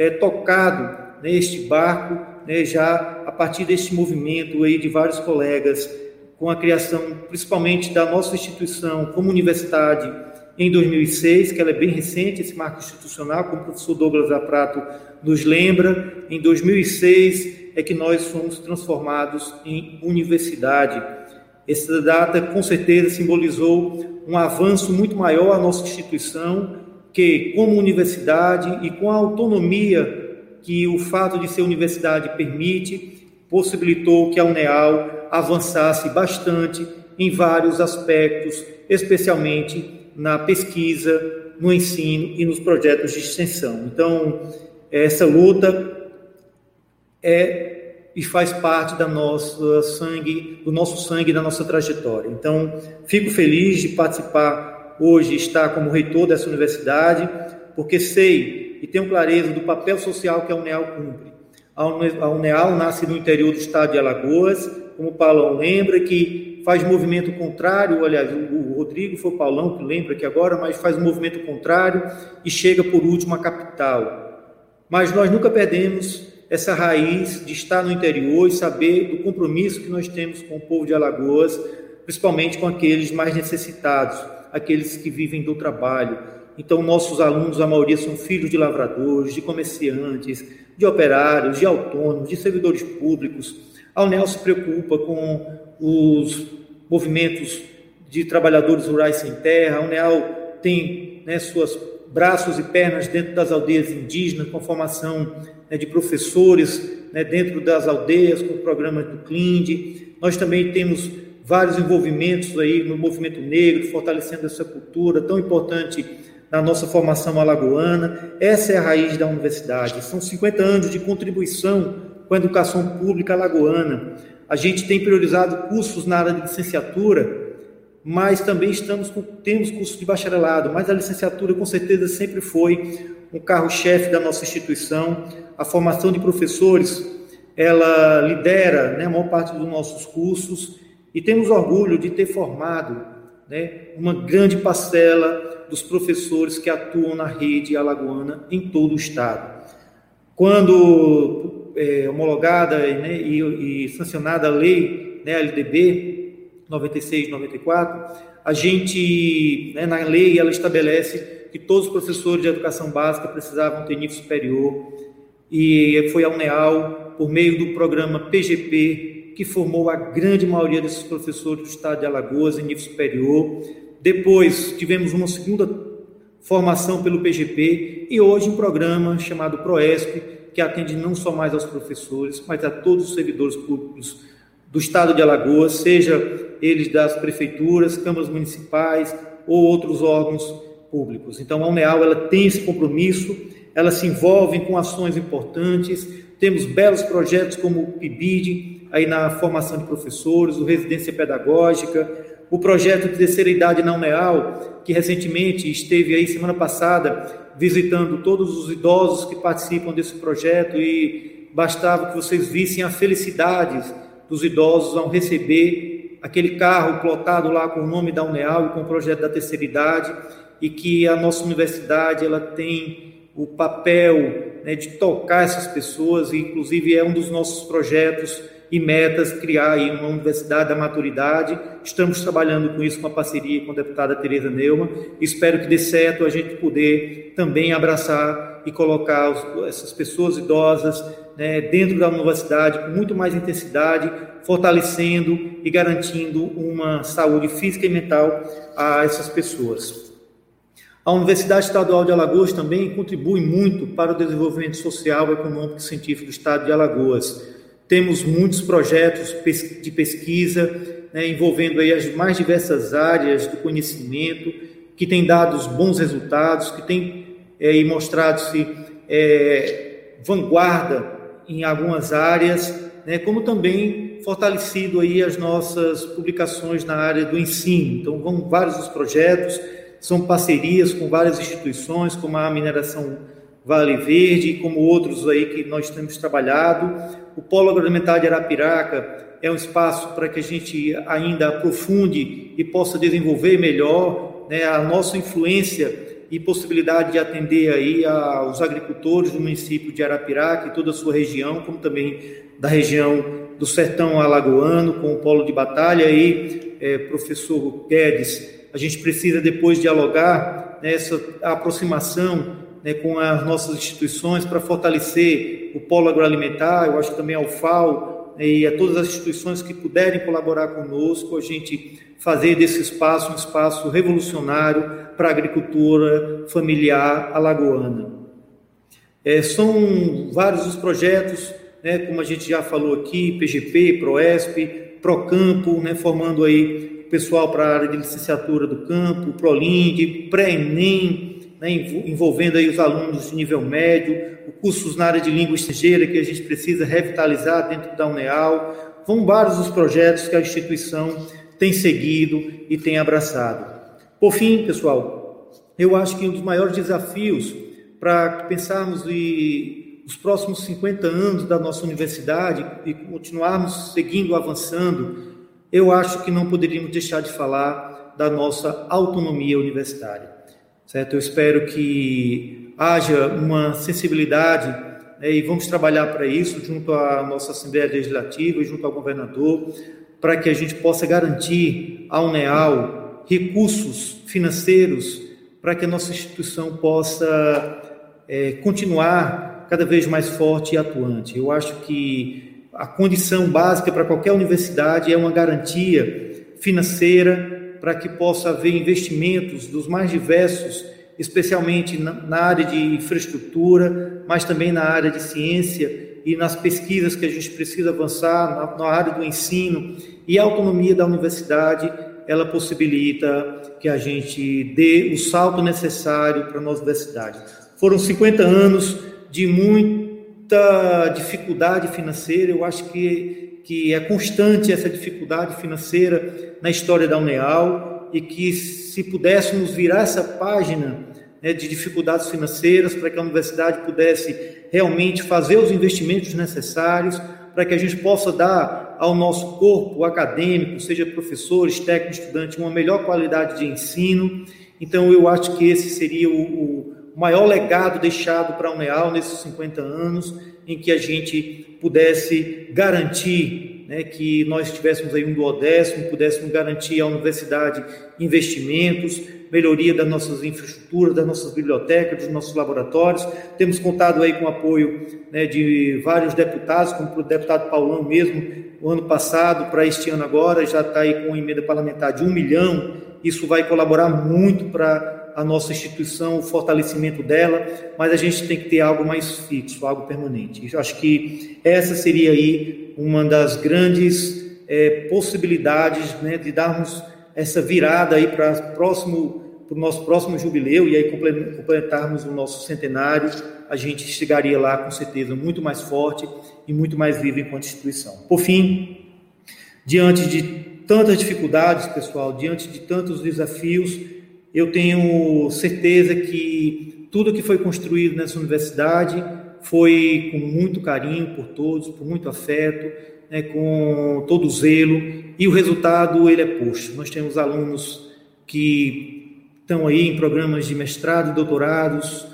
tocado, né, este barco, né, já a partir deste movimento aí de vários colegas, com a criação principalmente da nossa instituição como universidade em 2006, que ela é bem recente, esse marco institucional, como o professor Douglas Aprato nos lembra. Em 2006 é que nós fomos transformados em universidade. Essa data, com certeza, simbolizou um avanço muito maior à nossa instituição, que, como universidade e com a autonomia que o fato de ser universidade permite, possibilitou que a UNEAL avançasse bastante em vários aspectos, especialmente na pesquisa, no ensino e nos projetos de extensão. Então, essa luta e faz parte do nosso sangue, da nossa trajetória. Então, fico feliz de participar hoje, estar como reitor dessa universidade, porque sei e tenho clareza do papel social que a UNEAL cumpre. A UNEAL nasce no interior do estado de Alagoas, como o Paulão lembra, que faz movimento contrário. Aliás, o Rodrigo foi o Paulão que lembra aqui agora, mas faz um movimento contrário e chega por último à capital. Mas nós nunca perdemos essa raiz de estar no interior e saber do compromisso que nós temos com o povo de Alagoas, principalmente com aqueles mais necessitados, aqueles que vivem do trabalho. Então, nossos alunos, a maioria são filhos de lavradores, de comerciantes, de operários, de autônomos, de servidores públicos. A UNEAL se preocupa com os movimentos de trabalhadores rurais sem terra. A UNEAL tem, né, seus braços e pernas dentro das aldeias indígenas, com a formação, né, de professores, né, dentro das aldeias, com o programa do CLIND. Nós também temos vários envolvimentos aí no movimento negro, fortalecendo essa cultura tão importante na nossa formação alagoana. Essa é a raiz da universidade. São 50 anos de contribuição com a educação pública alagoana. A gente tem priorizado cursos na área de licenciatura, mas também temos cursos de bacharelado, mas a licenciatura com certeza sempre foi um carro-chefe da nossa instituição. A formação de professores, ela lidera, né, a maior parte dos nossos cursos, e temos orgulho de ter formado, né, uma grande parcela dos professores que atuam na rede alagoana em todo o estado. Quando homologada, né, e sancionada a lei, né, a LDB 96/94, a gente, né, na lei, ela estabelece que todos os professores de educação básica precisavam ter nível superior. e foi a UNEAL, por meio do programa PGP, que formou a grande maioria desses professores do estado de Alagoas em nível superior. Depois tivemos uma segunda formação pelo PGP e hoje um programa chamado PROESP, que atende não só mais aos professores, mas a todos os servidores públicos do estado de Alagoas, seja eles das prefeituras, câmaras municipais ou outros órgãos públicos. Então, a UNEAL ela tem esse compromisso, ela se envolve com ações importantes, temos belos projetos como o PIBID, aí na formação de professores, o Residência Pedagógica, o projeto de terceira idade na UNEAL, que recentemente esteve aí semana passada visitando todos os idosos que participam desse projeto e bastava que vocês vissem a felicidade dos idosos ao receber aquele carro plotado lá com o nome da UNEAL e com o projeto da terceira idade, e que a nossa universidade ela tem o papel, né, de tocar essas pessoas, e inclusive é um dos nossos projetos e metas criar aí uma universidade da maturidade. Estamos trabalhando com isso com a parceria com a deputada Tereza Neumann. Espero que dê certo a gente poder também abraçar e colocar essas pessoas idosas, né, dentro da universidade com muito mais intensidade, fortalecendo e garantindo uma saúde física e mental a essas pessoas. A Universidade Estadual de Alagoas também contribui muito para o desenvolvimento social, econômico e científico do estado de Alagoas. Temos muitos projetos de pesquisa, né, envolvendo aí as mais diversas áreas do conhecimento, que têm dado bons resultados, que têm mostrado-se vanguarda em algumas áreas, né, como também fortalecido aí as nossas publicações na área do ensino. Então, vão vários dos projetos, são parcerias com várias instituições, como a Mineração Vale Verde, como outros aí que nós temos trabalhado. O Polo Agroalimentar de Arapiraca é um espaço para que a gente ainda aprofunde e possa desenvolver melhor, né, a nossa influência e possibilidade de atender aí aos agricultores do município de Arapiraca e toda a sua região, como também da região do Sertão Alagoano, com o Polo de Batalha. E, professor Guedes, a gente precisa depois dialogar, né, essa aproximação, né, com as nossas instituições para fortalecer o Polo Agroalimentar. Eu acho que também a UFAO, né, e a todas as instituições que puderem colaborar conosco, a gente fazer desse espaço um espaço revolucionário para a agricultura familiar alagoana. São vários os projetos, né, como a gente já falou aqui, PGP, PROESP, PROCAMPO, né, formando aí o pessoal para a área de licenciatura do campo, PROLIND, Pré-ENEM, né, envolvendo aí os alunos de nível médio, cursos na área de língua estrangeira que a gente precisa revitalizar dentro da UNEAL. Vão vários os projetos que a instituição tem seguido e tem abraçado. Por fim, pessoal, eu acho que um dos maiores desafios para pensarmos os próximos 50 anos da nossa universidade e continuarmos seguindo, avançando, eu acho que não poderíamos deixar de falar da nossa autonomia universitária, certo? Eu espero que haja uma sensibilidade, né, e vamos trabalhar para isso junto à nossa Assembleia Legislativa e junto ao governador, para que a gente possa garantir à UNEAL recursos financeiros para que a nossa instituição possa continuar cada vez mais forte e atuante. Eu acho que a condição básica para qualquer universidade é uma garantia financeira para que possa haver investimentos dos mais diversos, especialmente na área de infraestrutura, mas também na área de ciência e nas pesquisas que a gente precisa avançar, na área do ensino. E a autonomia da universidade, ela possibilita que a gente dê o salto necessário para a nossa universidade. Foram 50 anos de muita dificuldade financeira. Eu acho que é constante essa dificuldade financeira na história da UNEAL, e que se pudéssemos virar essa página, né, de dificuldades financeiras, para que a universidade pudesse realmente fazer os investimentos necessários para que a gente possa dar ao nosso corpo acadêmico, seja professores, técnicos, estudantes, uma melhor qualidade de ensino. Então, eu acho que esse seria o maior legado deixado para a UNEAL nesses 50 anos, em que a gente pudesse garantir né, que nós tivéssemos aí um duodécimo, pudéssemos garantir à universidade investimentos, melhoria das nossas infraestruturas, das nossas bibliotecas, dos nossos laboratórios. Temos contado aí com o apoio, né, de vários deputados, como o deputado Paulão mesmo, o ano passado, para este ano agora, já está aí com uma emenda parlamentar de 1 milhão. Isso vai colaborar muito para a nossa instituição, o fortalecimento dela, mas a gente tem que ter algo mais fixo, algo permanente. Eu acho que essa seria aí uma das grandes possibilidades, né, de darmos essa virada aí para o nosso próximo jubileu, e aí completarmos o nosso centenário. A gente chegaria lá com certeza muito mais forte e muito mais vivo enquanto instituição. Por fim, diante de tantas dificuldades, pessoal, diante de tantos desafios, eu tenho certeza que tudo que foi construído nessa universidade foi com muito carinho por todos, por muito afeto, né, com todo zelo, e o resultado ele é posto. Nós temos alunos que estão aí em programas de mestrado e doutorados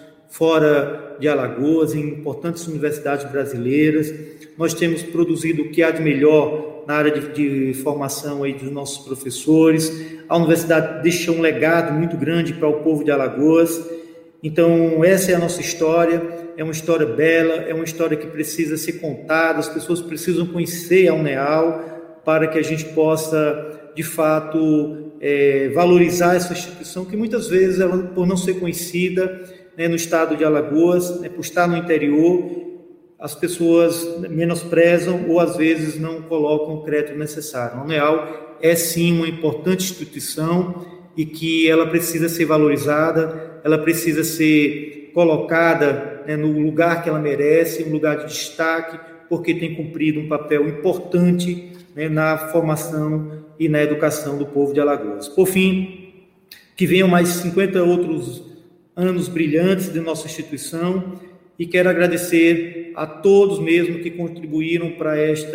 fora de Alagoas, em importantes universidades brasileiras. Nós temos produzido o que há de melhor na área de formação aí dos nossos professores. A universidade deixa um legado muito grande para o povo de Alagoas. Então, essa é a nossa história, é uma história bela, é uma história que precisa ser contada, as pessoas precisam conhecer a UNEAL para que a gente possa, de fato, valorizar essa instituição que muitas vezes, ela, por não ser conhecida, né, no estado de Alagoas, né, por estar no interior, as pessoas menosprezam ou às vezes não colocam o crédito necessário. A UNEAL é sim uma importante instituição e que ela precisa ser valorizada, ela precisa ser colocada, né, no lugar que ela merece, um lugar de destaque, porque tem cumprido um papel importante, né, na formação e na educação do povo de Alagoas. Por fim, que venham mais 50 outros anos brilhantes de nossa instituição, e quero agradecer a todos mesmo que contribuíram para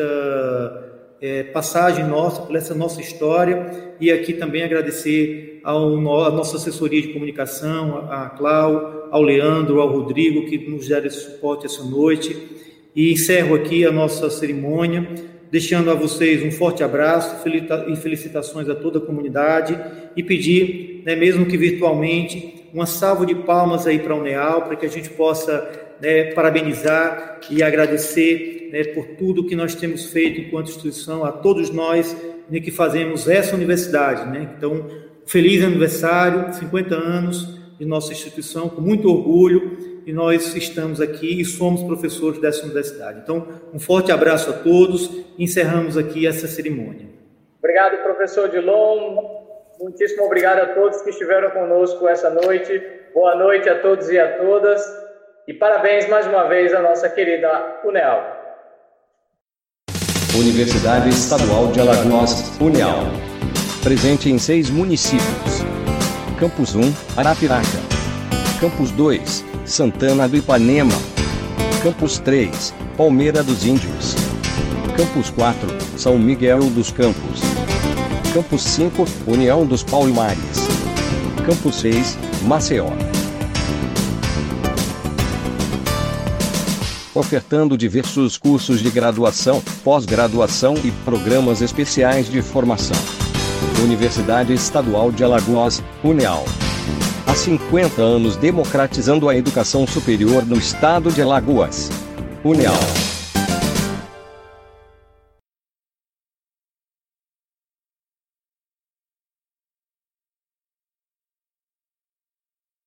esta passagem nossa, por essa nossa história, e aqui também agradecer à nossa assessoria de comunicação, a Clau, ao Leandro, ao Rodrigo, que nos deram esse suporte essa noite, e encerro aqui a nossa cerimônia, deixando a vocês um forte abraço e felicitações a toda a comunidade, e pedir, né, mesmo que virtualmente, uma salva de palmas aí para a UNEAL, para que a gente possa, né, parabenizar e agradecer, né, por tudo que nós temos feito enquanto instituição, a todos nós, né, que fazemos essa universidade, né? Então, feliz aniversário, 50 anos de nossa instituição, com muito orgulho, e nós estamos aqui e somos professores dessa universidade. Então, um forte abraço a todos, e encerramos aqui essa cerimônia. Obrigado, professor Dilon. Muitíssimo obrigado a todos que estiveram conosco essa noite. Boa noite a todos e a todas. E parabéns mais uma vez à nossa querida UNEAL. Universidade Estadual de Alagoas, UNEAL. Presente em 6 municípios. Campus 1, Arapiraca. Campus 2, Santana do Ipanema. Campus 3, Palmeira dos Índios. Campus 4, São Miguel dos Campos. Campus 5, União dos Palmares. Campus 6, Maceió. Ofertando diversos cursos de graduação, pós-graduação e programas especiais de formação. Universidade Estadual de Alagoas, UNEAL. Há 50 anos democratizando a educação superior no estado de Alagoas. UNEAL.